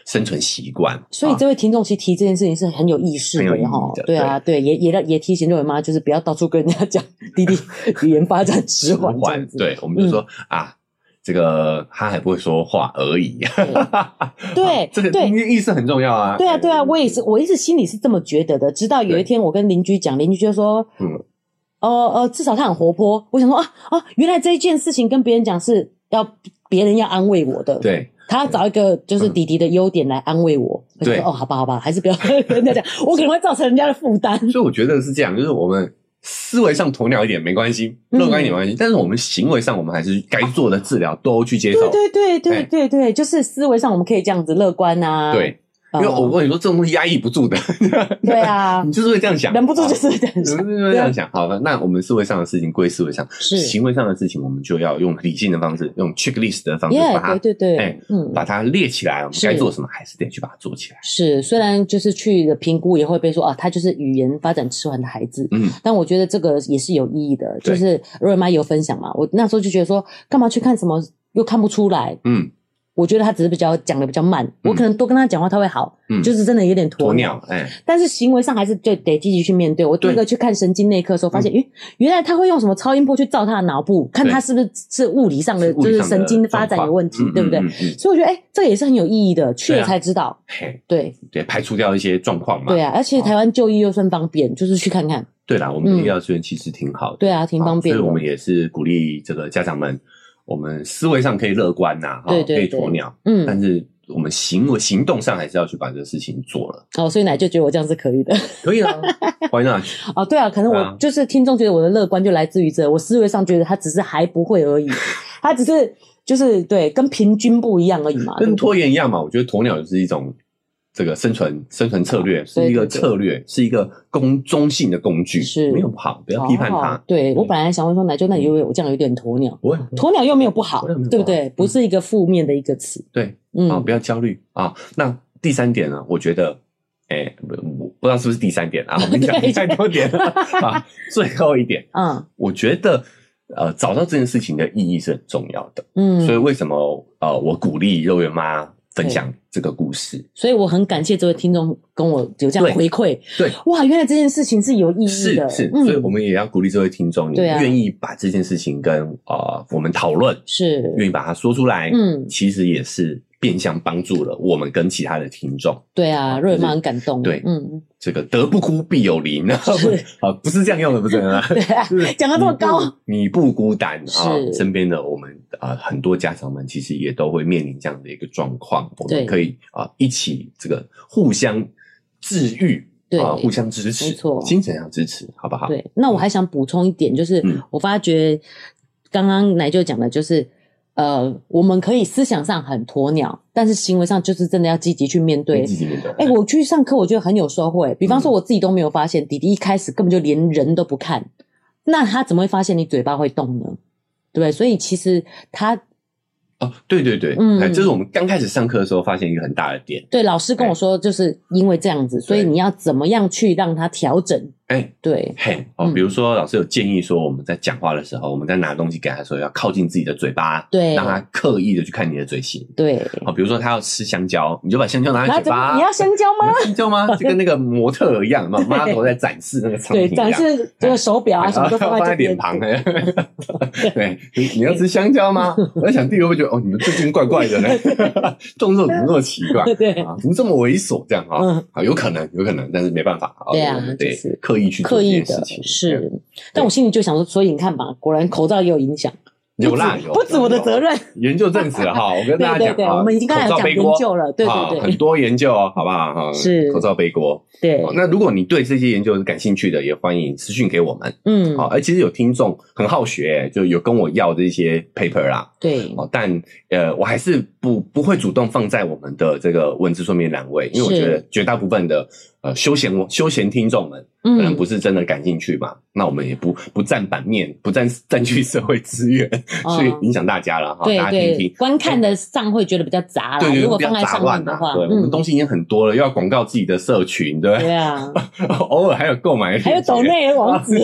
生存习惯。 所以这位听众其实提这件事情是很有意识的哈。对啊，对，也提醒肉圆妈，就是不要到处跟人家讲弟弟语言发展迟缓。 对，我们就说这个他还不会说话而已。 对， 这个意识很重要啊。 对啊，我也是，我一直心里是这么觉得的。直到有一天我跟邻居讲，邻居就说，至少他很活泼。我想说原来这一件事情跟别人讲是要别人要安慰我的。 对， 他要找一个就是弟弟的优点来安慰我。 对， 好吧，还是不要跟人家讲，我可能会造成人家的负担。 所以我觉得是这样，就是我们思维上鸵鸟一点没关系，乐观一点没关系，但是我们行为上我们还是该做的治疗都去接受。 对，就是思维上我们可以这样子乐观啊。 对，因为我跟你说，这种东西压抑不住的。对啊， 你就是会这样想， 忍不住就是会这样想， 就是会这样想。好了，那我们思维上的事情归思维上，行为上的事情我们就要用理性的方式，用 checklist 的方式把它，把它列起来。我们该做什么，还是得去把它做起来。 是，虽然就是去的评估也会被说他就是语言发展迟缓的孩子，但我觉得这个也是有意义的。就是若圆妈有分享嘛，我那时候就觉得说，干嘛去看什么又看不出来？我觉得他只是讲的比较慢，我可能多跟他讲话他会好，就是真的有点鸵鸟，但是行为上还是就得积极去面对。我第一个去看神经内科的时候，发现原来他会用什么超音波去照他的脑部，看他是不是物理上的就是神经发展有问题，对不对？所以我觉得这个也是很有意义的，去了才知道。对， 排除掉一些状况嘛。 对啊，而且台湾就医又算方便，就是去看看。 对啦，我们的医疗资源其实挺好的。 对啊，挺方便的。 所以我们也是鼓励这个家长们，我们思维上可以乐观呐，可以鸵鸟，但是我们行动上还是要去把这个事情做了。 所以奶就觉得我这样是可以的。 可以啊，Why not？ 对啊，可能我就是听众觉得我的乐观就来自于这，我思维上觉得他只是还不会而已，他只是就是对，跟平均不一样而已嘛， 跟拖延一样嘛。我觉得鸵鸟就是一种这个生存策略，是一个策略，是一个中性的工具，是没有不好，不要批判它。 对，我本来想问说，奶就那你我这样有点鸵鸟，鸵鸟又没有不好，对不对？不是一个负面的一个词。 对，不要焦虑啊。那第三点呢？我觉得，不知道是不是第三点啊？我们讲太多点了啊。最后一点，我觉得找到这件事情的意义是很重要的。所以为什么我鼓励肉圆妈分享这个故事，所以我很感谢这位听众跟我有这样回馈。 对， 哇，原来这件事情是有意义的， 是，所以我们也要鼓励这位听众，你愿意把这件事情跟我们讨论，是愿意把它说出来，其实也是变相帮助了我们跟其他的听众。 对啊，若圆妈很感动。 对，这个德不孤必有邻，不是这样用的，不是啊？ 对啊，讲得这么高， 你不孤单啊！身边的我们很多家长们其实也都会面临这样的一个状况，我们可以一起这个互相治愈，互相支持，没错，精神上支持，好不好？ 对，那我还想补充一点，就是我发觉刚刚奶就讲的，就是我们可以思想上很鸵鸟，但是行为上就是真的要积极去面对。 积极面对。 我去上课，我觉得很有收获。比方说，我自己都没有发现，弟弟一开始根本就连人都不看，那他怎么会发现你嘴巴会动呢？对不对？所以其实他。 对，这是我们刚开始上课的时候发现一个很大的点。 对，老师跟我说，就是因为这样子，所以你要怎么样去让他调整？对， 比如说老师有建议说，我们在讲话的时候，我们在拿东西给他的时候，要靠近自己的嘴巴，对，让他刻意的去看你的嘴型。对，比如说他要吃香蕉，你就把香蕉拿在嘴巴。 你要香蕉吗？ 香蕉吗？就跟那个模特一样嘛，model 在展示那个商品一样， 对，展示这个手表啊什么都放在脸庞。对，你要吃香蕉吗？我在想，弟弟会不会觉得你们最近怪怪的呢？动作怎么那么奇怪？对怎么这么猥琐？这样有可能，但是没办法。 对啊， 对，刻意去做这件事情是。但我心里就想说，所以你看吧，果然口罩也有影响。 有不止我的责任。 研究证实了哈，我跟大家讲， 我们已经刚才有讲研究了，对， 很多研究好不好？是口罩背锅。对，那如果你对这些研究是感兴趣的，也欢迎私讯给我们。其实有听众很好学，就有跟我要这些 paper 啦。对，但我还是不会主动放在我们的这个文字说明栏位，因为我觉得绝大部分的休闲听众们可能不是真的感兴趣嘛，那我们也不占版面，不占据社会资源，所以影响大家了哈。大家听听， 观看的上会觉得比较杂啦。如果放在上面的话， 对，我们东西已经很多了，又要广告自己的社群，对不对？对啊，偶尔还有购买， 还有抖内网址。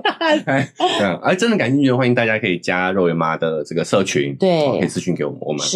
真的感兴趣的，欢迎大家可以加肉圆妈的这个社群，对，可以私讯给我们，会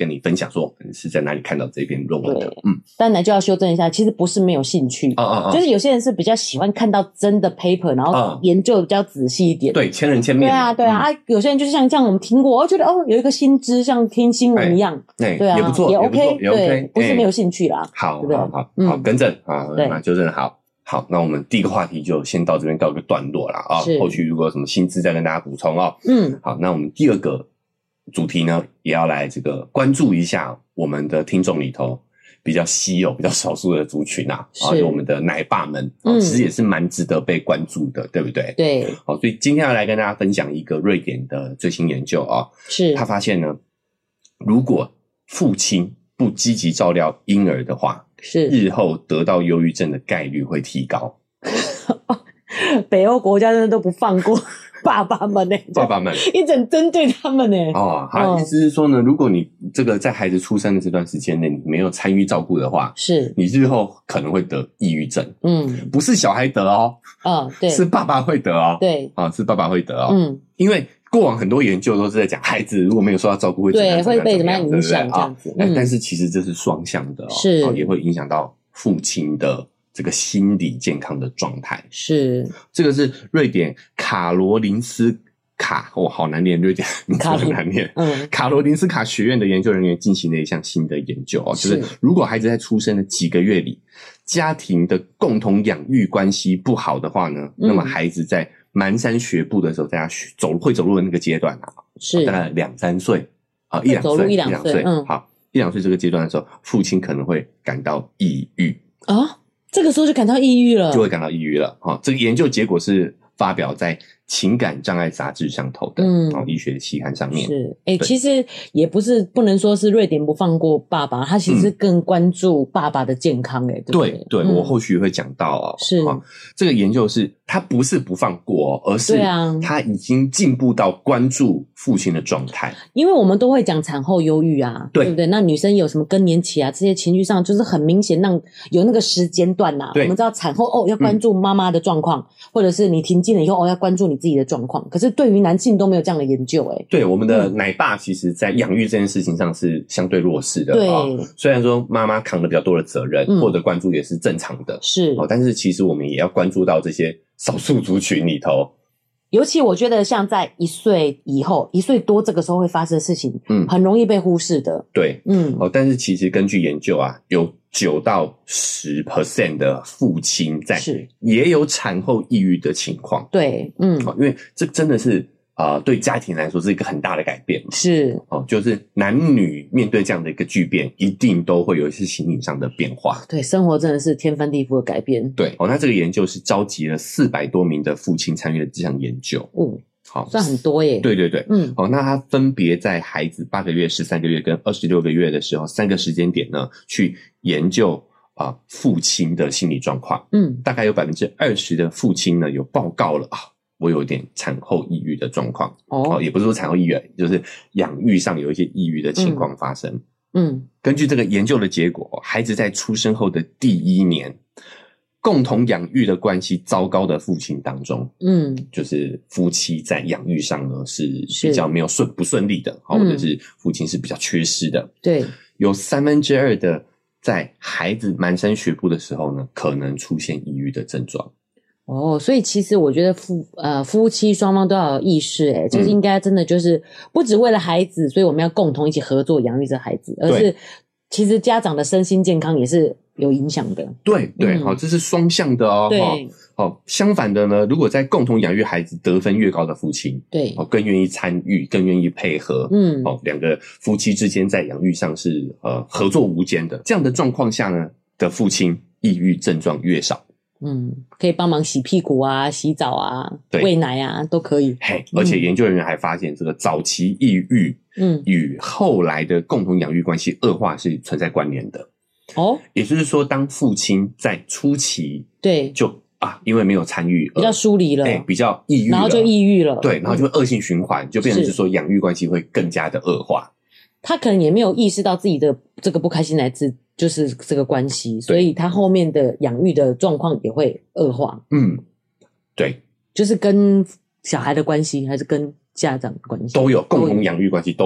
跟你分享说是在哪里看到这篇论文的。 当然就要修正一下，其实不是没有兴趣，就是有些人是比较喜欢看到真的 paper， 然后研究比较仔细一点。 对，千人千面。 对啊，有些人就是像这样我们听过，我觉得有一个新知，像听新闻一样，对啊， 也不错， 也 OK， 也 OK， 对，不是没有兴趣啦。 好，更正啊，纠正好。好，那我们第一个话题就先到这边告一个段落啦啊，后续如果有什么新知再跟大家补充哦。好，那我们第二个主题呢，也要来这个关注一下我们的听众里头比较稀有、比较少数的族群啊，就我们的奶爸们，其实也是蛮值得被关注的，对不对？ 对。 好，所以今天要来跟大家分享一个瑞典的最新研究啊， 是他发现呢，如果父亲不积极照料婴儿的话， 是日后得到忧郁症的概率会提高。 北欧国家真的都不放过爸爸们爸爸们一整针对他们好，意思是说呢，如果你这个在孩子出生的这段时间内你没有参与照顾的话， 是你日后可能会得抑郁症。不是小孩得对， 是爸爸会得对， 是爸爸会得因为过往很多研究都是在讲孩子如果没有受到照顾会会被怎么样影响这样子， 但是其实这是双向的是也会影响到父亲的这个心理健康的状态。 是这个是瑞典卡罗林斯卡好难念，瑞典名字很难念。卡罗林斯卡学院的研究人员进行了一项新的研究就是如果孩子在出生的几个月里，家庭的共同养育关系不好的话呢，那么孩子在蹒跚学步的时候，在他会走路的那个阶段是大概2-3岁1-2岁好1-2岁这个阶段的时候，父亲可能会感到抑郁这个时候就感到抑郁了， 这个研究结果是发表在情感障碍杂志上头的医学期刊上面。 是其实也不能说是瑞典不放过爸爸，他其实更关注爸爸的健康对不对？ 对，我后续会讲到是这个研究是他不是不放过而是他已经进步到关注父亲的状态。 因为我们都会讲产后忧郁对不对？那女生有什么更年期这些情绪上就是很明显让有那个时间段我们知道产后要关注妈妈的状况，或者是你停经了以后要关注你自己的状况，可是对于男性都没有这样的研究对，我们的奶爸其实在养育这件事情上是相对弱势的对虽然说妈妈扛了比较多的责任获得关注也是正常的是但是其实我们也要关注到这些少数族群里头， 尤其我觉得像在1岁以后1岁多这个时候会发生的事情很容易被忽视的对但是其实根据研究有9到10% 的父亲在也有产后抑郁的情况对因为这真的是对家庭来说是一个很大的改变是就是男女面对这样的一个巨变一定都会有一些心理上的变化对，生活真的是天翻地覆的改变对那这个研究是召集了400多名的父亲参与了这项研究好，算很多耶对那他分别在孩子8个月13个月跟26个月的时候3个时间点呢去研究父亲的心理状况大概有 20% 的父亲呢有报告了我有点产后抑郁的状况也不是说产后抑郁就是养育上有一些抑郁的情况发生根据这个研究的结果孩子在出生后的第1年共同养育的关系糟糕的父亲当中就是夫妻在养育上呢是比较没有不顺利的或者是父亲是比较缺失的对， 有2/3的在孩子蹒跚学步的时候呢可能出现抑郁的症状所以其实我觉得夫妻双方都要有意识就是应该真的就是不只为了孩子所以我们要共同一起合作养育这孩子而是其实家长的身心健康也是有影响的对这是双向的对相反的呢如果在共同养育孩子得分越高的父亲对更愿意参与更愿意配合两个夫妻之间在养育上是合作无间的这样的状况下呢的父亲抑郁症状越少可以帮忙洗屁股洗澡喂奶都可以而且研究人员还发现这个早期抑郁与后来的共同养育关系恶化是存在关联的也就是说当父亲在初期对就因为没有参与比较疏离了比较抑郁了然后就抑郁了对然后就恶性循环就变成是说养育关系会更加的恶化他可能也没有意识到自己的这个不开心来自就是这个关系所以他后面的养育的状况也会恶化对就是跟小孩的关系还是跟家长的关系都有共同养育关系都有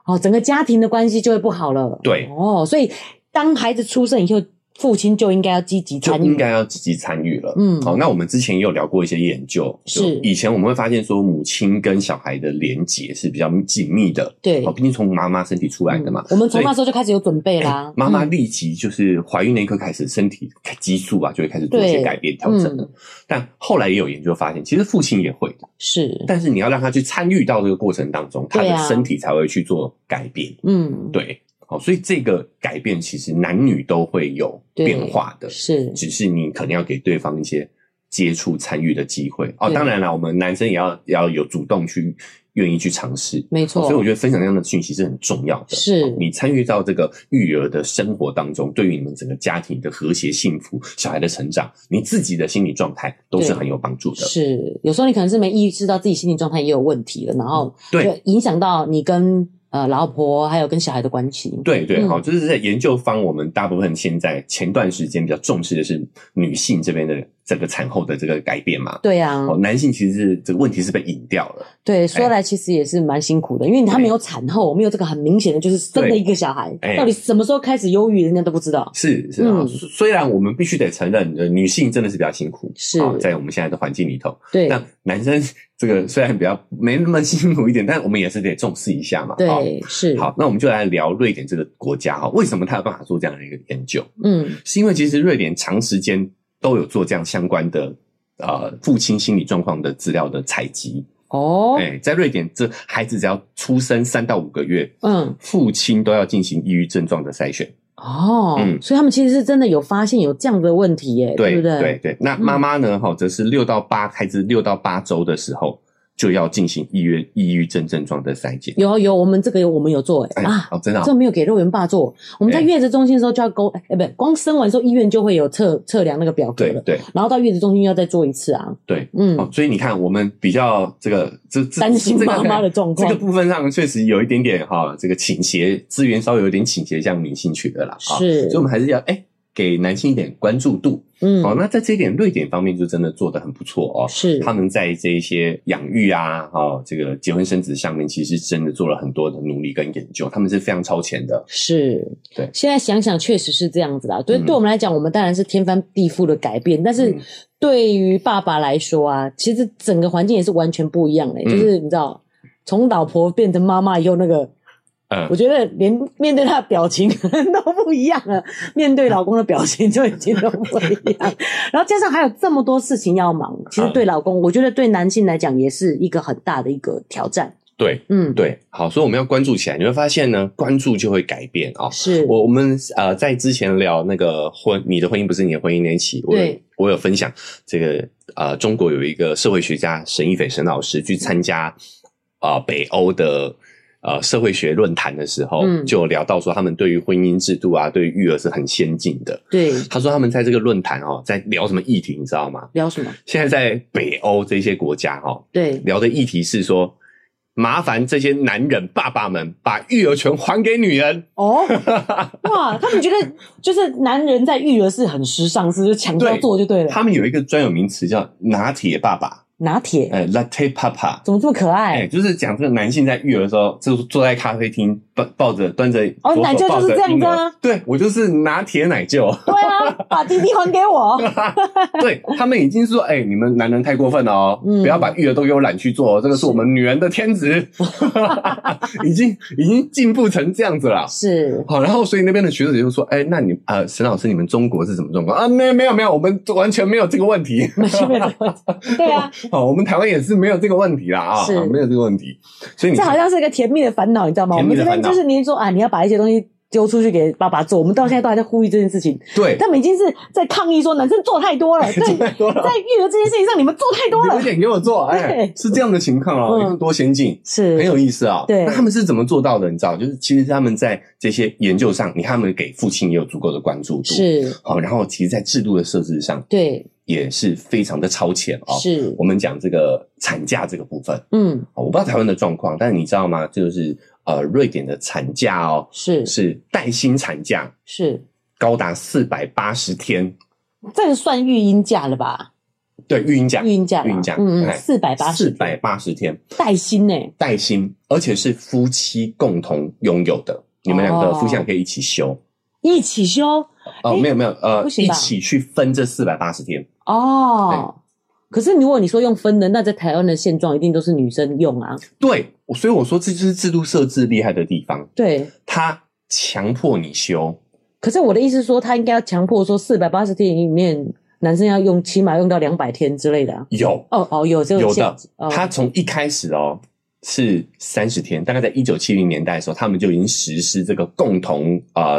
整个家庭的关系就会不好了。 对， 所以当孩子出生以后，父亲就应该要积极参与， 就应该要积极参与了。好，那我们之前也有聊过一些研究， 是以前我们会发现说，母亲跟小孩的连结是比较紧密的。 对， 毕竟从妈妈身体出来的嘛， 我们从那时候就开始有准备啦。 妈妈立即就是怀孕那一刻开始，身体激素啊就会开始做一些改变调整了。但后来也有研究发现，其实父亲也会的， 是， 但是你要让他去参与到这个过程当中，他的身体才会去做改变。对。所以这个改变其实男女都会有变化的， 是， 只是你可能要给对方一些接触参与的机会。当然啦，我们男生也要有主动去愿意去尝试， 没错。 所以我觉得分享这样的讯息是很重要的。 是， 你参与到这个育儿的生活当中，对于你们整个家庭的和谐幸福、小孩的成长，你自己的心理状态都是很有帮助的。 是，有时候你可能是没意识到自己心理状态也有问题了，然后就影响到你跟老婆还有跟小孩的关系。 对对，就是在研究方，我们大部分现在前段时间比较重视的是女性这边的这个产后的这个改变嘛。 对啊， 男性其实是这个问题是被引掉了。 对，说来其实也是蛮辛苦的，因为他没有产后，没有这个很明显的就是生了一个小孩，到底什么时候开始忧郁，人家都不知道。 是啊，虽然我们必须得承认，女性真的是比较辛苦， 是在我们现在的环境里头。 对， 那男生这个虽然比较没那么辛苦一点，但我们也是得重视一下嘛。 对，是。 好，那我们就来聊瑞典这个国家为什么他有办法做这样的一个研究？是因为其实瑞典长时间都有做这样相关的父亲心理状况的资料的采集。在瑞典，这孩子只要出生3到5个月，父亲都要进行抑郁症状的筛选。 所以他们其实是真的有发现有这样的问题耶，对不对？ 对对。那妈妈呢？则是孩子6到8周的时候就要进行抑郁症症状的筛检。有，我们这个我们有做真的这没有给肉圆爸做。我们在月子中心的时候就要不光生完之后医院就会有测量那个表格了， 对， 然后到月子中心要再做一次啊。 对，所以你看我们比较这担心妈妈的状况， 这个部分上确实有一点点这个倾斜，资源稍微有点倾斜向女性去的啦。 是， 所以我们还是要给男性一点关注度。那在这一点瑞典方面就真的做得很不错是， 他们在这一些养育啊这个结婚生子上面其实真的做了很多的努力跟研究，他们是非常超前的。 是， 对， 现在想想确实是这样子啦。对我们来讲，我们当然是天翻地覆的改变，但是对于爸爸来说啊，其实整个环境也是完全不一样的。就是你知道从老婆变成妈妈以后那个我觉得连面对他的表情可能都不一样了，面对老公的表情就已经都不一样，然后加上还有这么多事情要忙，其实对老公我觉得对男性来讲也是一个很大的一个挑战。 对，对，好，所以我们要关注起来，你会发现呢，关注就会改变是我们在之前聊那个你的婚姻不是你的婚姻那一期，我有分享这个中国有一个社会学家沈一斐沈老师去参加北欧的社会学论坛的时候，就有聊到说他们对于婚姻制度啊，对于育儿是很先进的。 对， 他说他们在这个论坛在聊什么议题，你知道吗？ 聊什么？现在在北欧这些国家对， 聊的议题是说，麻烦这些男人爸爸们把育儿权还给女人。 哇，他们觉得就是男人在育儿是很时尚，是强调做就对了。 他们有一个专有名词叫拿铁爸爸。 拿铁 Latte Papa 怎么这么可爱？ 就是讲这个男性在育儿的时候，就是坐在咖啡厅抱着端着奶舅就是这样子啊。 对，我就是拿铁奶舅。 对啊，把弟弟还给我。 对，他们已经说你们男人太过分了不要把育儿都给我揽去做，这个是我们女人的天职。已经进步成这样子了。 是。 好，然后所以那边的学者就说那你沈老师你们中国是什么状况没有，我们完全没有这个问题。 没有这个问题。对啊。 我们台湾也是没有这个问题啦是没有这个问题，所以这好像是一个甜蜜的烦恼，你知道吗？我们这边就是您说你要把一些东西丢出去给爸爸做，我们到现在都还在呼吁这件事情。 对， 他们已经是在抗议说男生做太多了，对，在育儿这件事情上你们做太多了， 留一点给我做，是这样的情况多先进， 是很有意思啊。 对， 那他们是怎么做到的？你知道，就是其实他们在这些研究上，你看他们给父亲也有足够的关注度， 是好，然后其实在制度的设置上， 对。 也是非常的超前是我们讲这个产假这个部分，我不知道台湾的状况，但是你知道吗？就是瑞典的产假是带薪产假，是高达480天， 这个算育婴假了吧？ 对，育婴假 480 天， 带薪欸， 带薪，而且是夫妻共同拥有的，你们两个夫妻俩可以一起休， 一起休？ 没有，一起去分这480天。 可是如果你说用分的，那在台湾的现状一定都是女生用啊。 对，所以我说这就是制度设置厉害的地方。 对， 他强迫你休。可是我的意思是说，他应该要强迫说480天里面，男生要用起码用到200天之类的啊。 有有这个限制。他从一开始是30天，大概在1970年代的时候，他们就已经实施这个共同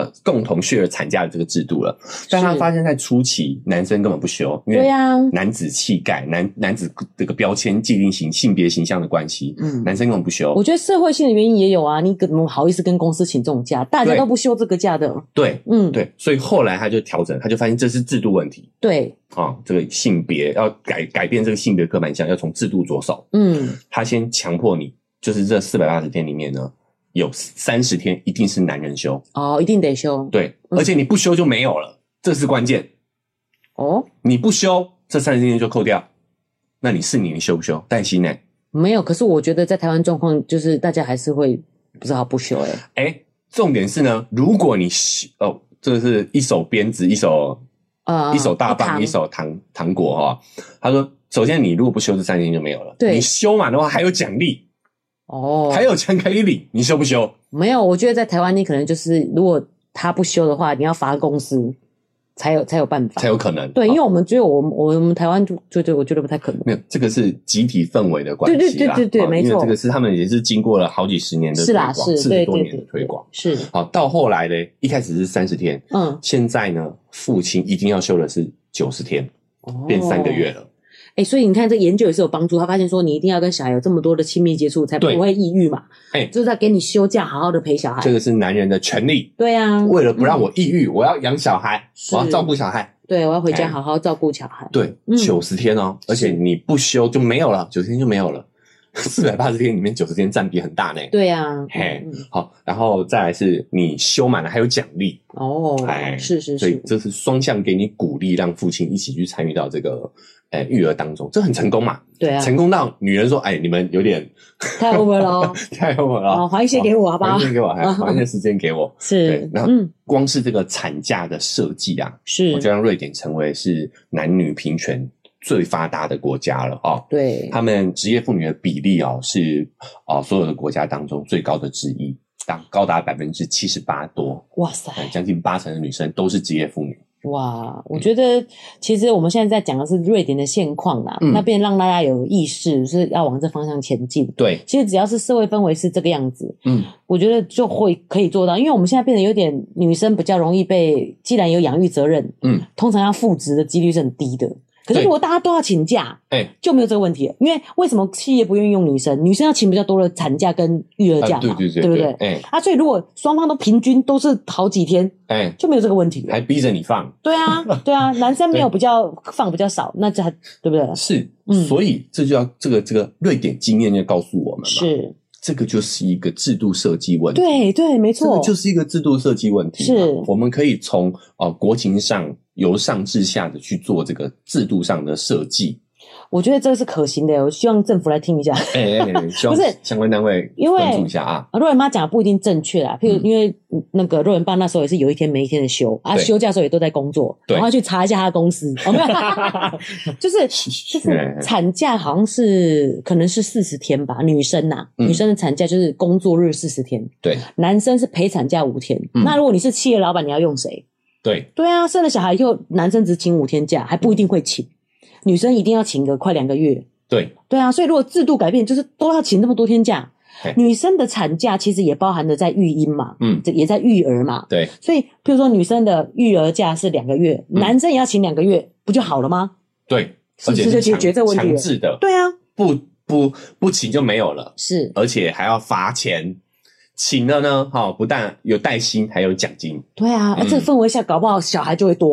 share产假的这个制度了。但他发现在初期，男生根本不休，因为男子气概、男子这个标签、既定性别形象的关系，男生根本不休。 我觉得社会性的原因也有啊，你怎么好意思跟公司请这种假？大家都不休这个假的。 对，对，所以后来他就调整，他就发现这是制度问题。 对， 这个性别要改变这个性别刻板印象，要从制度着手。他先强迫你。就是这480天里面呢，有30天一定是男人休一定得休。 对，而且你不休就没有了，这是关键。你不休，这30天就扣掉。那你休不休？带薪呢？ 没有，可是我觉得在台湾状况就是大家还是会不知道不休重点是呢，如果你这是一手鞭子，一手大棒，一手糖果他说，首先你如果不休，这30天就没有了。 对， 你休满的话还有奖励。还有钱可以领，你休不休？ 没有，我觉得在台湾你可能就是如果他不休的话，你要罚公司才有办法， 才有可能。 对，因为我们觉得我们台湾就我觉得不太可能。 没有，这个是集体氛围的关系啦。 对，没错。 因为这个是他们也是经过了好几十年的推广，40多年的推广。 是。 好，到后来呢，一开始是30天，现在呢，父亲一定要休的是90天，变3个月了。 所以你看这研究也是有帮助，他发现说你一定要跟小孩有这么多的亲密接触才不会抑郁嘛。就是在给你休假好好的陪小孩。 这个是男人的权利。 对啊， 为了不让我抑郁，我要养小孩，我要照顾小孩。 对，我要回家好好照顾小孩。 对，90天而且你不休就没有了，90天就没有了。480天里面90天占比很大呢。 对啊。 好，然后再来是你休满了还有奖励。 是。 所以这是双向给你鼓励，让父亲一起去参与到这个育儿当中，这很成功嘛？ 对啊， 成功到女人说：“你们有点太 over 了， 太 over 了， 还一些给我好不好？ 还一些给我，还一些时间给我。” 是， 然后光是这个产假的设计啊， 是， 我就让瑞典成为是男女平权最发达的国家了对， 他们职业妇女的比例是所有的国家当中最高的之一，高达78%多。 哇塞， 将近80%的女生都是职业妇女。 哇，我觉得其实我们现在在讲的是瑞典的现况啦，那边让大家有意识是要往这方向前进。 对， 其实只要是社会氛围是这个样子，我觉得就可以做到，因为我们现在变得有点女生比较容易被，既然有养育责任，通常要复职的几率是很低的。可是如果大家都要请假，就没有这个问题了。因为为什么企业不愿意用女生？女生要请比较多的产假跟育儿假嘛，对不对？所以如果双方都平均都是好几天，就没有这个问题了。 还逼着你放？ 对啊，男生没有比较放比较少，那这还对不对？ 是，所以这就要这个瑞典经验就告诉我们嘛， 是这个就是一个制度设计问题。 对，没错， 这个就是一个制度设计问题。 是， 我们可以从国情上由上至下的去做这个制度上的设计。 我觉得这是可行的，我希望政府来听一下。 希望相关单位关注一下啊。 若人妈讲的不一定正确啦，譬如因为那个若人爸那时候也是有一天没一天的休休假的时候也都在工作，然后去查一下他的公司，就是产假好像是可能是40天吧，女生女生的产假就是工作日40天， 对， 男生是陪产假5天。那如果你是企业老板，你要用谁？对啊，生了小孩以后，男生只请5天假，还不一定会请。女生一定要请个快2个月。对啊，所以如果制度改变，就是都要请那么多天假。女生的产假其实也包含的在育婴嘛，也在育儿嘛。 对， 所以譬如说女生的育儿假是2个月，男生也要请2个月，不就好了吗？ 对， 而且是解决这个问题了。 强制的。 对啊， 不请就没有了。 是， 而且还要罚钱。请了呢，不但有带薪，还有奖金。 对啊，这个氛围下，搞不好小孩就会多咯。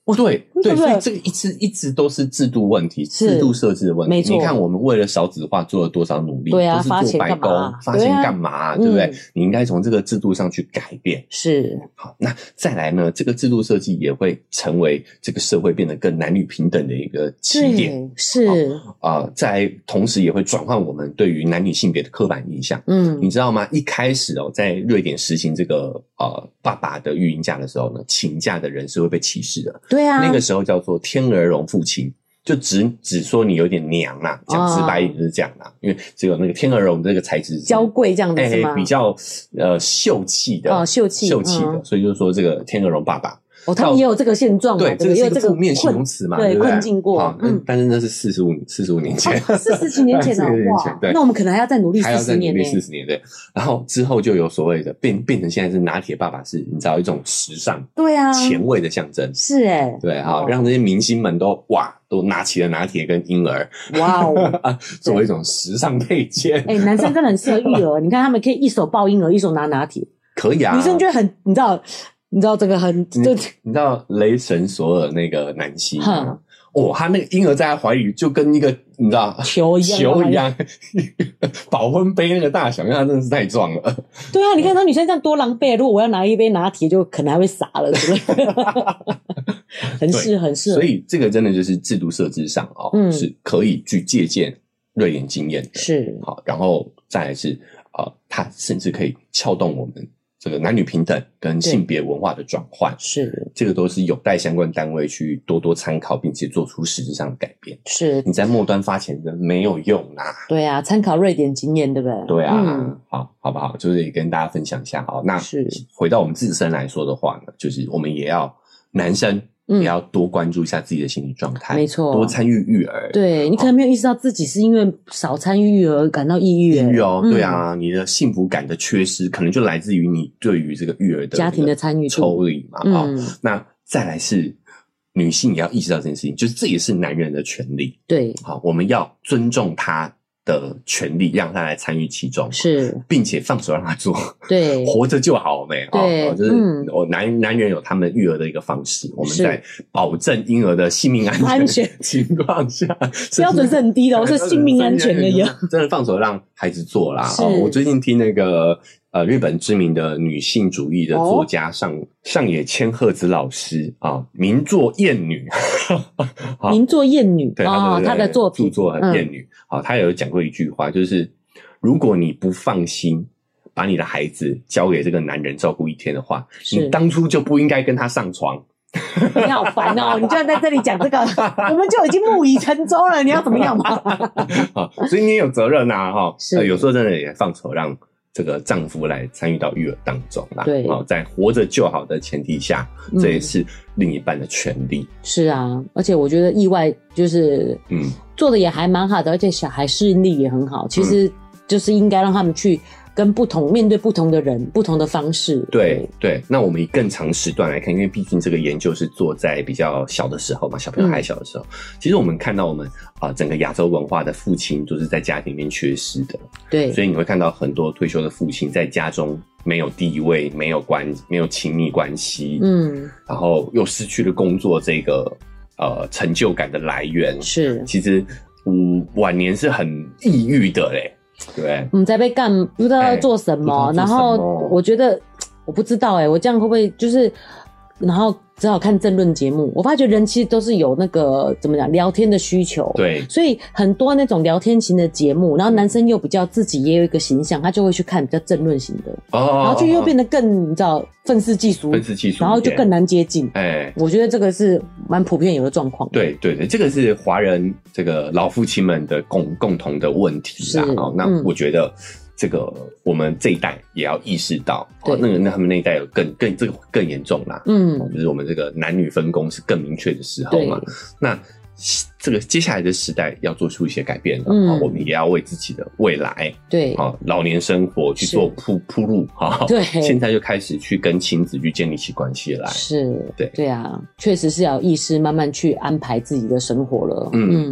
对，所以这个一直都是制度问题，制度设置的问题。没错，你看我们为了少子化做了多少努力， 对啊， 都是做白工，发钱干嘛？对不对？你应该从这个制度上去改变。 是。 好，那再来呢？这个制度设计也会成为这个社会变得更男女平等的一个起点。 是在同时也会转换我们对于男女性别的刻板印象。你知道吗？一开始在瑞典实行这个爸爸的育婴假的时候呢，请假的人是会被歧视的。 对啊， 那个时候叫做天鹅绒父亲，就只说你有点娘啦，讲直白一点就是这样啦，因为只有那个天鹅绒这个材质娇贵这样的是吗？ 比较秀气的秀气的， 所以就说这个天鹅绒爸爸。 他们也有这个现状， 对，这是一个负面形容词嘛， 对，困境过。 但是那是45年前 ，40几年前了，哇！ 对， 那我们可能还要再努力40年呢。 40年对，然后之后就有所谓的变成现在是拿铁爸爸，是你知道一种时尚、 对啊、 前卫的象征， 是对，好让这些明星们都拿起了拿铁跟婴儿， 哇哦， 作为一种时尚配件。 男生真的很适合育儿，你看他们可以一手抱婴儿，一手拿拿铁， 可以啊， 女生就会很，你知道这个很， 你知道雷神索尔那个男星吗？他那个婴儿在他怀里就跟一个你知道球一样，保温杯那个大小，因为他真的是太壮了。 对啊，你看那女生这样多狼狈，如果我要拿一杯拿铁，就可能还会洒了，对不对？很适合。 所以这个真的就是制度设置上是可以去借鉴瑞典经验的， 是好，然后再来是它甚至可以撬动我们这个男女平等跟性别文化的转换， 是这个都是有待相关单位去多多参考，并且做出实质上的改变。 是你在末端发钱的没有用啊。 对啊，参考瑞典经验，对不对？ 对啊，好不好？就是也跟大家分享一下。好，那回到我们自身来说的话呢，就是我们也要男生。也要多关注一下自己的心理状态， 没错， 多参与育儿。 对，你可能没有意识到自己是因为少参与育儿感到抑郁。 对啊，你的幸福感的缺失，可能就来自于你对于这个育儿的家庭的参与抽离嘛。那再来是女性也要意识到这件事情，就是这也是男人的权利。对，好，我们要尊重他的权利，让他来参与其中，是，并且放手让他做，对，活着就好没？对，就是男人有他们育儿的一个方式，我们在保证婴儿的性命安全情况下， 标准是很低的，是性命安全的， 真的放手让孩子做啦。我最近听那个日本知名的女性主义的作家上野千鹤子老师名作《厌女》， 名作《厌女》 对， 她的作品著作很《厌女》。他有讲过一句话，就是如果你不放心把你的孩子交给这个男人照顾一天的话，你当初就不应该跟他上床。 你好烦哦！你居然在这里讲这个，我们就已经木已成舟了，你要怎么样嘛？ 所以你也有责任啊！有时候真的也放手让这个丈夫来参与到育儿当中啦。对，在活着就好的前提下，这也是另一半的权利。 是啊，而且我觉得意外就是做的也还蛮好的，而且小孩适应力也很好。其实就是应该让他们去跟面对不同的人，不同的方式。 对，那我们以更长时段来看，因为毕竟这个研究是做在比较小的时候嘛，小朋友还小的时候。其实我们看到我们整个亚洲文化的父亲都是在家庭里面缺失的。对，所以你会看到很多退休的父亲在家中没有地位，没有亲密关系，然后又失去了工作这个成就感的来源。是，其实晚年是很抑郁的嘞。对， 在被干不知道要做什么，然后我觉得我不知道我这样会不会就是然后只好看政论节目。我发觉人其实都是有那个怎么讲聊天的需求，对，所以很多那种聊天型的节目，然后男生又比较自己也有一个形象，他就会去看比较政论型的，然后就又变得更你知道愤世嫉俗，然后就更难接近。我觉得这个是蛮普遍有的状况。 对，这个是华人这个老父亲们的共同的问题啦。那我觉得这个我们这一代也要意识到，那他们那一代有这个更严重啦。就是我们这个男女分工是更明确的时候嘛。那这个接下来的时代要做出一些改变了，我们也要为自己的未来，对，老年生活去做铺路，对，现在就开始去跟亲子去建立起关系来，是，对啊， 确实是要有意识慢慢去安排自己的生活了。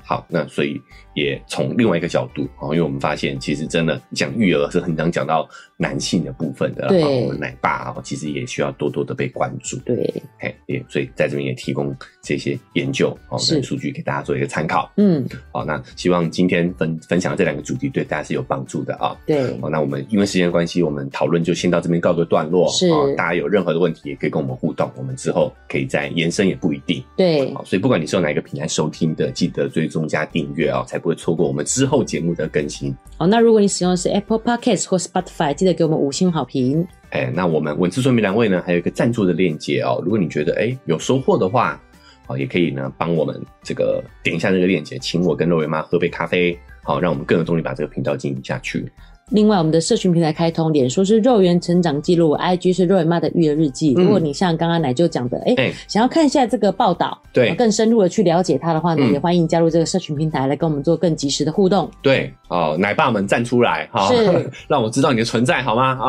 好，那所以也从另外一个角度，因为我们发现其实真的讲育儿是很常讲到男性的部分的， 对， 我们奶爸其实也需要多多的被关注， 对， 所以在这边也提供这些研究跟数据给大家做一个参考。好，那希望今天分享的这2个主题对大家是有帮助的啊。 对， 那我们因为时间关系，我们讨论就先到这边告个段落。 是， 大家有任何的问题也可以跟我们互动，我们之后可以再延伸也不一定。 对， 所以不管你是用哪一个平台收听的，记得追踪加订阅才不会错过我们之后节目的更新。 那如果你使用的是 Apple Podcast 或 Spotify， 记得给我们5星好评。 那我们文字说明栏位呢还有一个赞助的链接如果你觉得有收获的话，也可以呢帮我们这个点一下这个链接，请我跟肉圆妈喝杯咖啡，让我们更有动力把这个频道经营下去。 另外我们的社群平台开通，脸书是肉圆成长记录， IG 是肉圆妈的育儿日记。如果你像刚刚奶就讲的想要看一下这个报道，对，更深入的去了解它的话呢，也欢迎加入这个社群平台来跟我们做更及时的互动。 对，奶爸们站出来， 是让我知道你的存在好吗？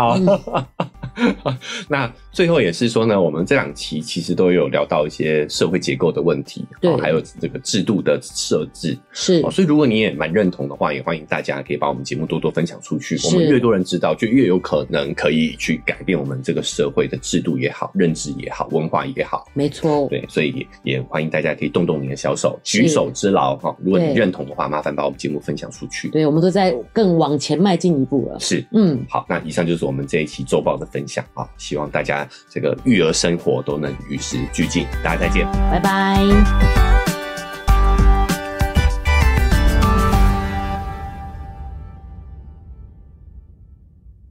那最后也是说呢，我们这2期其实都有聊到一些社会结构的问题，对，还有这个制度的设置， 是， 所以如果你也蛮认同的话，也欢迎大家可以把我们节目多多分享出去，我们越多人知道，就越有可能可以去改变我们这个社会的制度也好，认知也好，文化也好。 没错， 对，所以也欢迎大家可以动动你的小手，举手之劳如果你认同的话，麻烦把我们节目分享出去。 对，我们都在更往前迈进一步了。 是，好，那以上就是我们这一期周报的分享希望大家这个育儿生活都能与时俱进。大家再见， 拜拜。